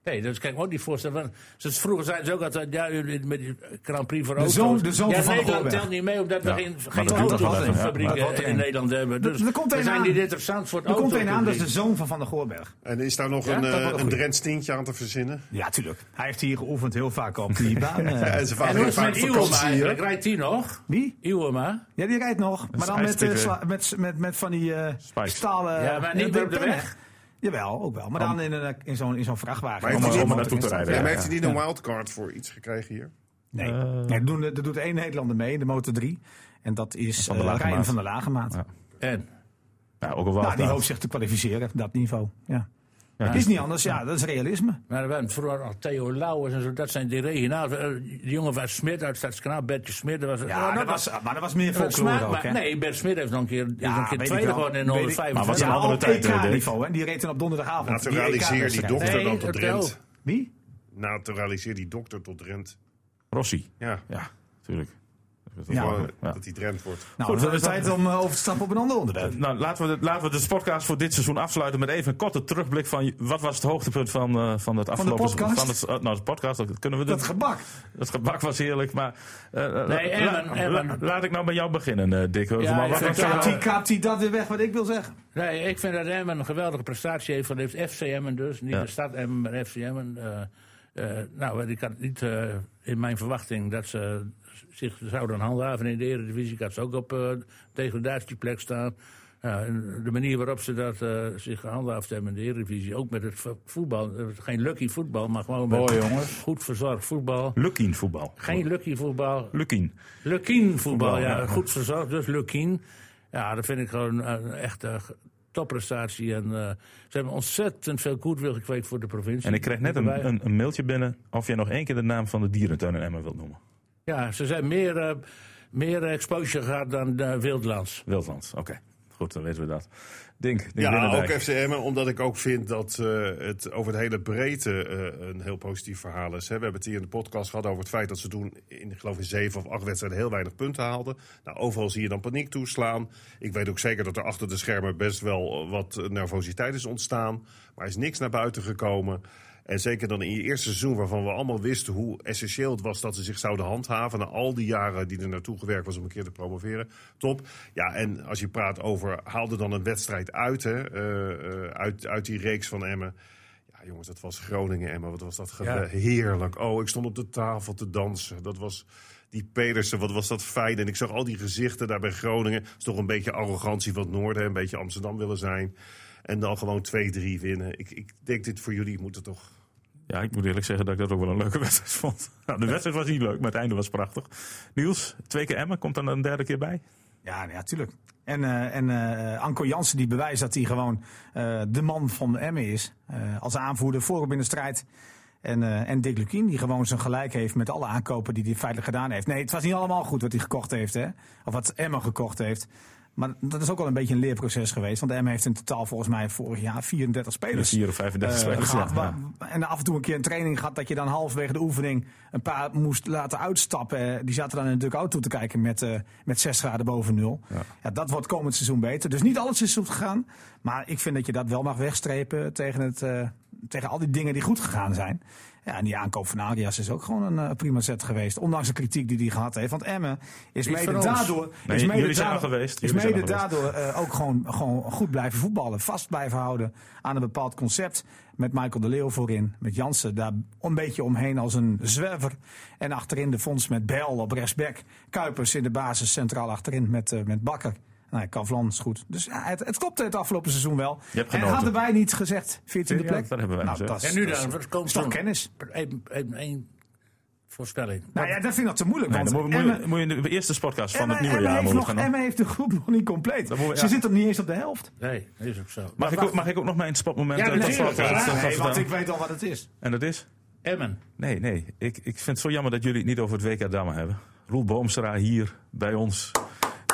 Nee, dat kan ik me ook niet voorstellen. Want, zoals vroeger zeiden ze ook altijd, ja, met die Grand Prix voor auto's. zoon- de zoon ja, van Van der Nederland Goorberg. telt niet mee, omdat we Ja. geen, Maar geen dat duurt toch wel even, ja. autofabrieken Maar dat wordt in er Nederland hebben. Dus Er- er komt we een zijn aan. niet interessant voor het Er komt een aan, dat is autopubliek. de zoon van Van der Goorberg. En is daar nog Ja, een, dat eh, wel een goed. Drents tintje aan te verzinnen? Ja, tuurlijk. Hij heeft hier geoefend heel vaak op die baan. eh. En zijn En vader hoe heeft is het vaak met vakantie Iwema hier. eigenlijk? Rijdt die nog? Wie? Iwema? Ja, die rijdt nog. Maar dan met, ijspriet eh, weer. sla- met, met, met van die eh Spikes. stalen... Ja, maar niet eh, meer op de pennen. weg. Jawel, ook wel. Maar dan in, een, in zo'n in zo'n vrachtwagen. Maar Om, heeft hij om niet- er naartoe te rijden. Ja, Ja, maar ja. heeft hij niet een wildcard voor iets gekregen hier? Nee, Eh. nee er, doen, er doet één Nederlander mee, de Motor drie. En dat is Van de eh, lage Ryan maat. van der Lagemaat. Ja. En? Ja, ook al wel. Nou, die hoopt zich te kwalificeren, dat niveau. Ja. Ja, Is niet anders, ja, dat is realisme. Maar we hebben vroeger al Theo Lauwers en zo, dat zijn die regionale. eh, Die jongen van Smit uit Stadskanaal, Bertje Smit. Dat was, Ja, oh, dat was, maar dat was meer dat was folklore smaak, ook, hè? maar nee, Bert Smit heeft nog een keer, Ja, is nog een keer weet ik tweede wel. geworden in Weet ik. honderdvijfenvijftig. Maar wat is een Ja, andere op tijd, Dirk. E K-niveau, hè? Die reed toen op donderdagavond. Naturaliseer die E K-wedstrijd. dokter Nee, dan tot dat Drent. Wie? Naturaliseer die dokter tot Drent. Rossi. Ja, Ja, tuurlijk. Ja. gewoon Ja. dat hij Drent wordt. Nou, Goed, dan is dan- het tijd om eh, over te stappen op een ander onderwerp. Nou, laten we, de, laten we de podcast voor dit seizoen afsluiten met even een korte terugblik van wat was het hoogtepunt van, uh, van het afgelopen podcast? Van het, uh, nou, de podcast, dat kunnen we Dat doen. gebak. Het gebak was heerlijk, maar uh, Nee, la- Emmen, la- Emmen. la- laat ik nou bij jou beginnen, uh, Dick. Ja, maar ik wat vind was het jou- Kaapt hij- kaapt hij dat weer weg wat ik wil zeggen? Nee, ik vind dat Emmen een geweldige prestatie heeft van heeft F C Emmen dus. Niet Ja. de stad Emmen, maar F C Emmen. Uh, uh, nou, ik had het niet uh, in mijn verwachting dat ze zich zouden handhaven in de Eredivisie. Ik had ze ook op uh, degradatieplek staan. Uh, en de manier waarop ze dat uh, zich gehandhaafd hebben in de Eredivisie. Ook met het vo- voetbal. Uh, geen lucky voetbal, maar gewoon met Mooi, jongens. goed verzorgd voetbal. Lukien voetbal. Geen lucky voetbal. Lukien. Lukien voetbal, Voetbal, ja. ja. Goed verzorgd, dus Lukien. Ja, dat vind ik gewoon een echte topprestatie. En uh, ze hebben ontzettend veel goodwill gekweekt voor de provincie. En ik kreeg net Erbij. een, een, een mailtje binnen of jij nog één keer de naam van de dierentuin in Emmen wilt noemen. Ja, ze zijn meer, uh, meer exposure gehad dan uh, Wildlands. Wildlands, oké. Goed, dan weten we dat. Dink, Dink Ja, Binnendijk. ook F C Emmen, omdat ik ook vind dat uh, het over het hele breedte uh, een heel positief verhaal is. Hè. We hebben het hier in de podcast gehad over het feit dat ze toen in, ik geloof in zeven of acht wedstrijden heel weinig punten haalden. Nou, overal zie je dan paniek toeslaan. Ik weet ook zeker dat er achter de schermen best wel wat nervositeit is ontstaan. Maar er is niks naar buiten gekomen. En zeker dan in je eerste seizoen, waarvan we allemaal wisten hoe essentieel het was dat ze zich zouden handhaven. Na al die jaren die er naartoe gewerkt was om een keer te promoveren. Top. Ja, en als je praat over, haalde dan een wedstrijd uit, hè, uh, uh, uit, uit die reeks van Emmen. Ja, jongens, dat was Groningen-Emmen. Wat was dat ge- Ja. heerlijk. Oh, ik stond op de tafel te dansen. Dat was die Pedersen, wat was dat fijn. En ik zag al die gezichten daar bij Groningen. Het is toch een beetje arrogantie van het noorden, een beetje Amsterdam willen zijn. En dan gewoon twee drie winnen. Ik, ik denk dit voor jullie moet het toch... Ja, ik moet eerlijk zeggen dat ik dat ook wel een leuke wedstrijd vond. Nou, de wedstrijd was niet leuk, maar het einde was prachtig. Niels, twee keer Emmen, komt er een derde keer bij? Ja, nou ja, tuurlijk. En, uh, en uh, Anko Jansen die bewijst dat hij gewoon uh, de man van Emmen is. Uh, als aanvoerder, voorop in de strijd. En, uh, en Dick Lukien die gewoon zijn gelijk heeft met alle aankopen die hij feitelijk gedaan heeft. Nee, het was niet allemaal goed wat hij gekocht heeft, hè? Of wat Emmen gekocht heeft. Maar dat is ook wel een beetje een leerproces geweest. Want Emmen heeft in totaal volgens mij vorig jaar vierendertig spelers vier of vijfendertig uh, spelers, gehad. ja. Wa- En af en toe een keer een training gehad dat je dan halverwege de oefening een paar moest laten uitstappen. Die zaten dan in de dugout toe te kijken met, uh, met zes graden boven nul. Ja. Ja, dat wordt komend seizoen beter. Dus niet alles is goed gegaan. Maar ik vind dat je dat wel mag wegstrepen tegen, het, uh, tegen al die dingen die goed gegaan zijn. Ja, en die aankoop van Arias is ook gewoon een uh, prima set geweest. Ondanks de kritiek die hij gehad heeft. Want Emmen is Niet mede van ons. daardoor... Nee, is mede jullie zijn daardoor, er geweest. Is Jullie zijn mede er geweest. daardoor uh, ook gewoon, gewoon goed blijven voetballen. Vast blijven houden aan een bepaald concept. Met Michael de Leeuw voorin. Met Jansen daar een beetje omheen als een zwerver. En achterin de fonds met Bel op rechtsback. Kuipers in de basis centraal achterin met, uh, met Bakker. Nou, Kavlan is goed. Dus ja, het, het klopte het afgelopen seizoen wel. Je hebt en genoten. hadden wij niet gezegd veertiende Ja, plek? dat hebben wij nou, gezegd. dat is- En nu dat is- dan, wat komt is toch toen? kennis? Eén- één- één voorspelling. Nou ja, dat vind ik nog te moeilijk. Nee, want dan moet, moet, Emmen- je, moet je in de eerste podcast van het Emmen- nieuwe Emmen jaar heeft moeten nog, gaan. Emmen heeft de groep nog niet compleet. Dan moeten we- Ze ja. zitten nog niet eens op de helft. Nee, dat is ook zo. Mag Maar ik, ook, mag ik ook nog mijn spotmoment? Ja, eh, tot natuurlijk. slot, eh, Ja, tot slot Nee, want vertellen? ik weet al wat het is. En dat is? Emmen. Nee, nee. Ik, ik vind het zo jammer dat jullie het niet over het W K Dammen hebben. Roel Boomstra hier bij ons.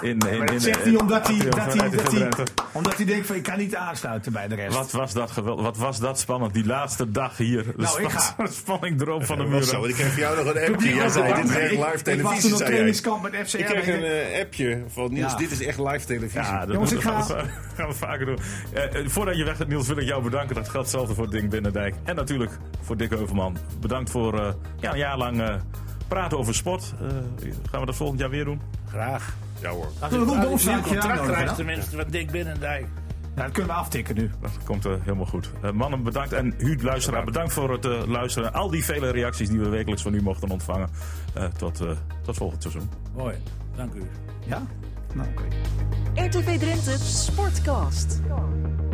in, in, in, Dat zegt hij omdat hij, Atrium dat van hij, R T V dat hij, Drenthe. omdat hij denkt van ik kan niet aansluiten bij de rest. Wat was dat geweldig. Wat was dat spannend. Die laatste dag hier. De Nou, ik spa- ga- spanning droom van de Dat was zo. muren. Ik kreeg voor jou nog een appje. Jij zei, dit is echt Ik- live Ik was televisie, toen op zei jij. trainingskamp met F C R. Ik kreeg en een ik- eh, appje van Niels, Ja. dit is echt live televisie. Ja, dat Jongens, doen we- ik gaan, ga- we, gaan we vaker doen. Eh, eh, voordat je weg gaat, Niels, wil ik jou bedanken. Dat geldt hetzelfde voor Dink Binnendijk. En natuurlijk voor Dick Heuvelman. Bedankt voor eh, ja, een jaar lang eh, praten over sport. Eh, gaan we dat volgend jaar weer doen? Graag. Ja hoor. Als Zullen we ik ook als ik Dolfzaakje een contract uitnodigen, krijg, dan? tenminste, van Dick Binnendijk. Ja, dat kunnen we aftikken nu. Dat komt uh, helemaal goed. Uh, mannen, bedankt. En u, luisteraar, bedankt voor het uh, luisteren. Al die vele reacties die we wekelijks van u mochten ontvangen. Uh, tot, uh, tot volgend seizoen. Mooi, dank u. Ja? Nou, oké. R T V Drenthe Sportcast.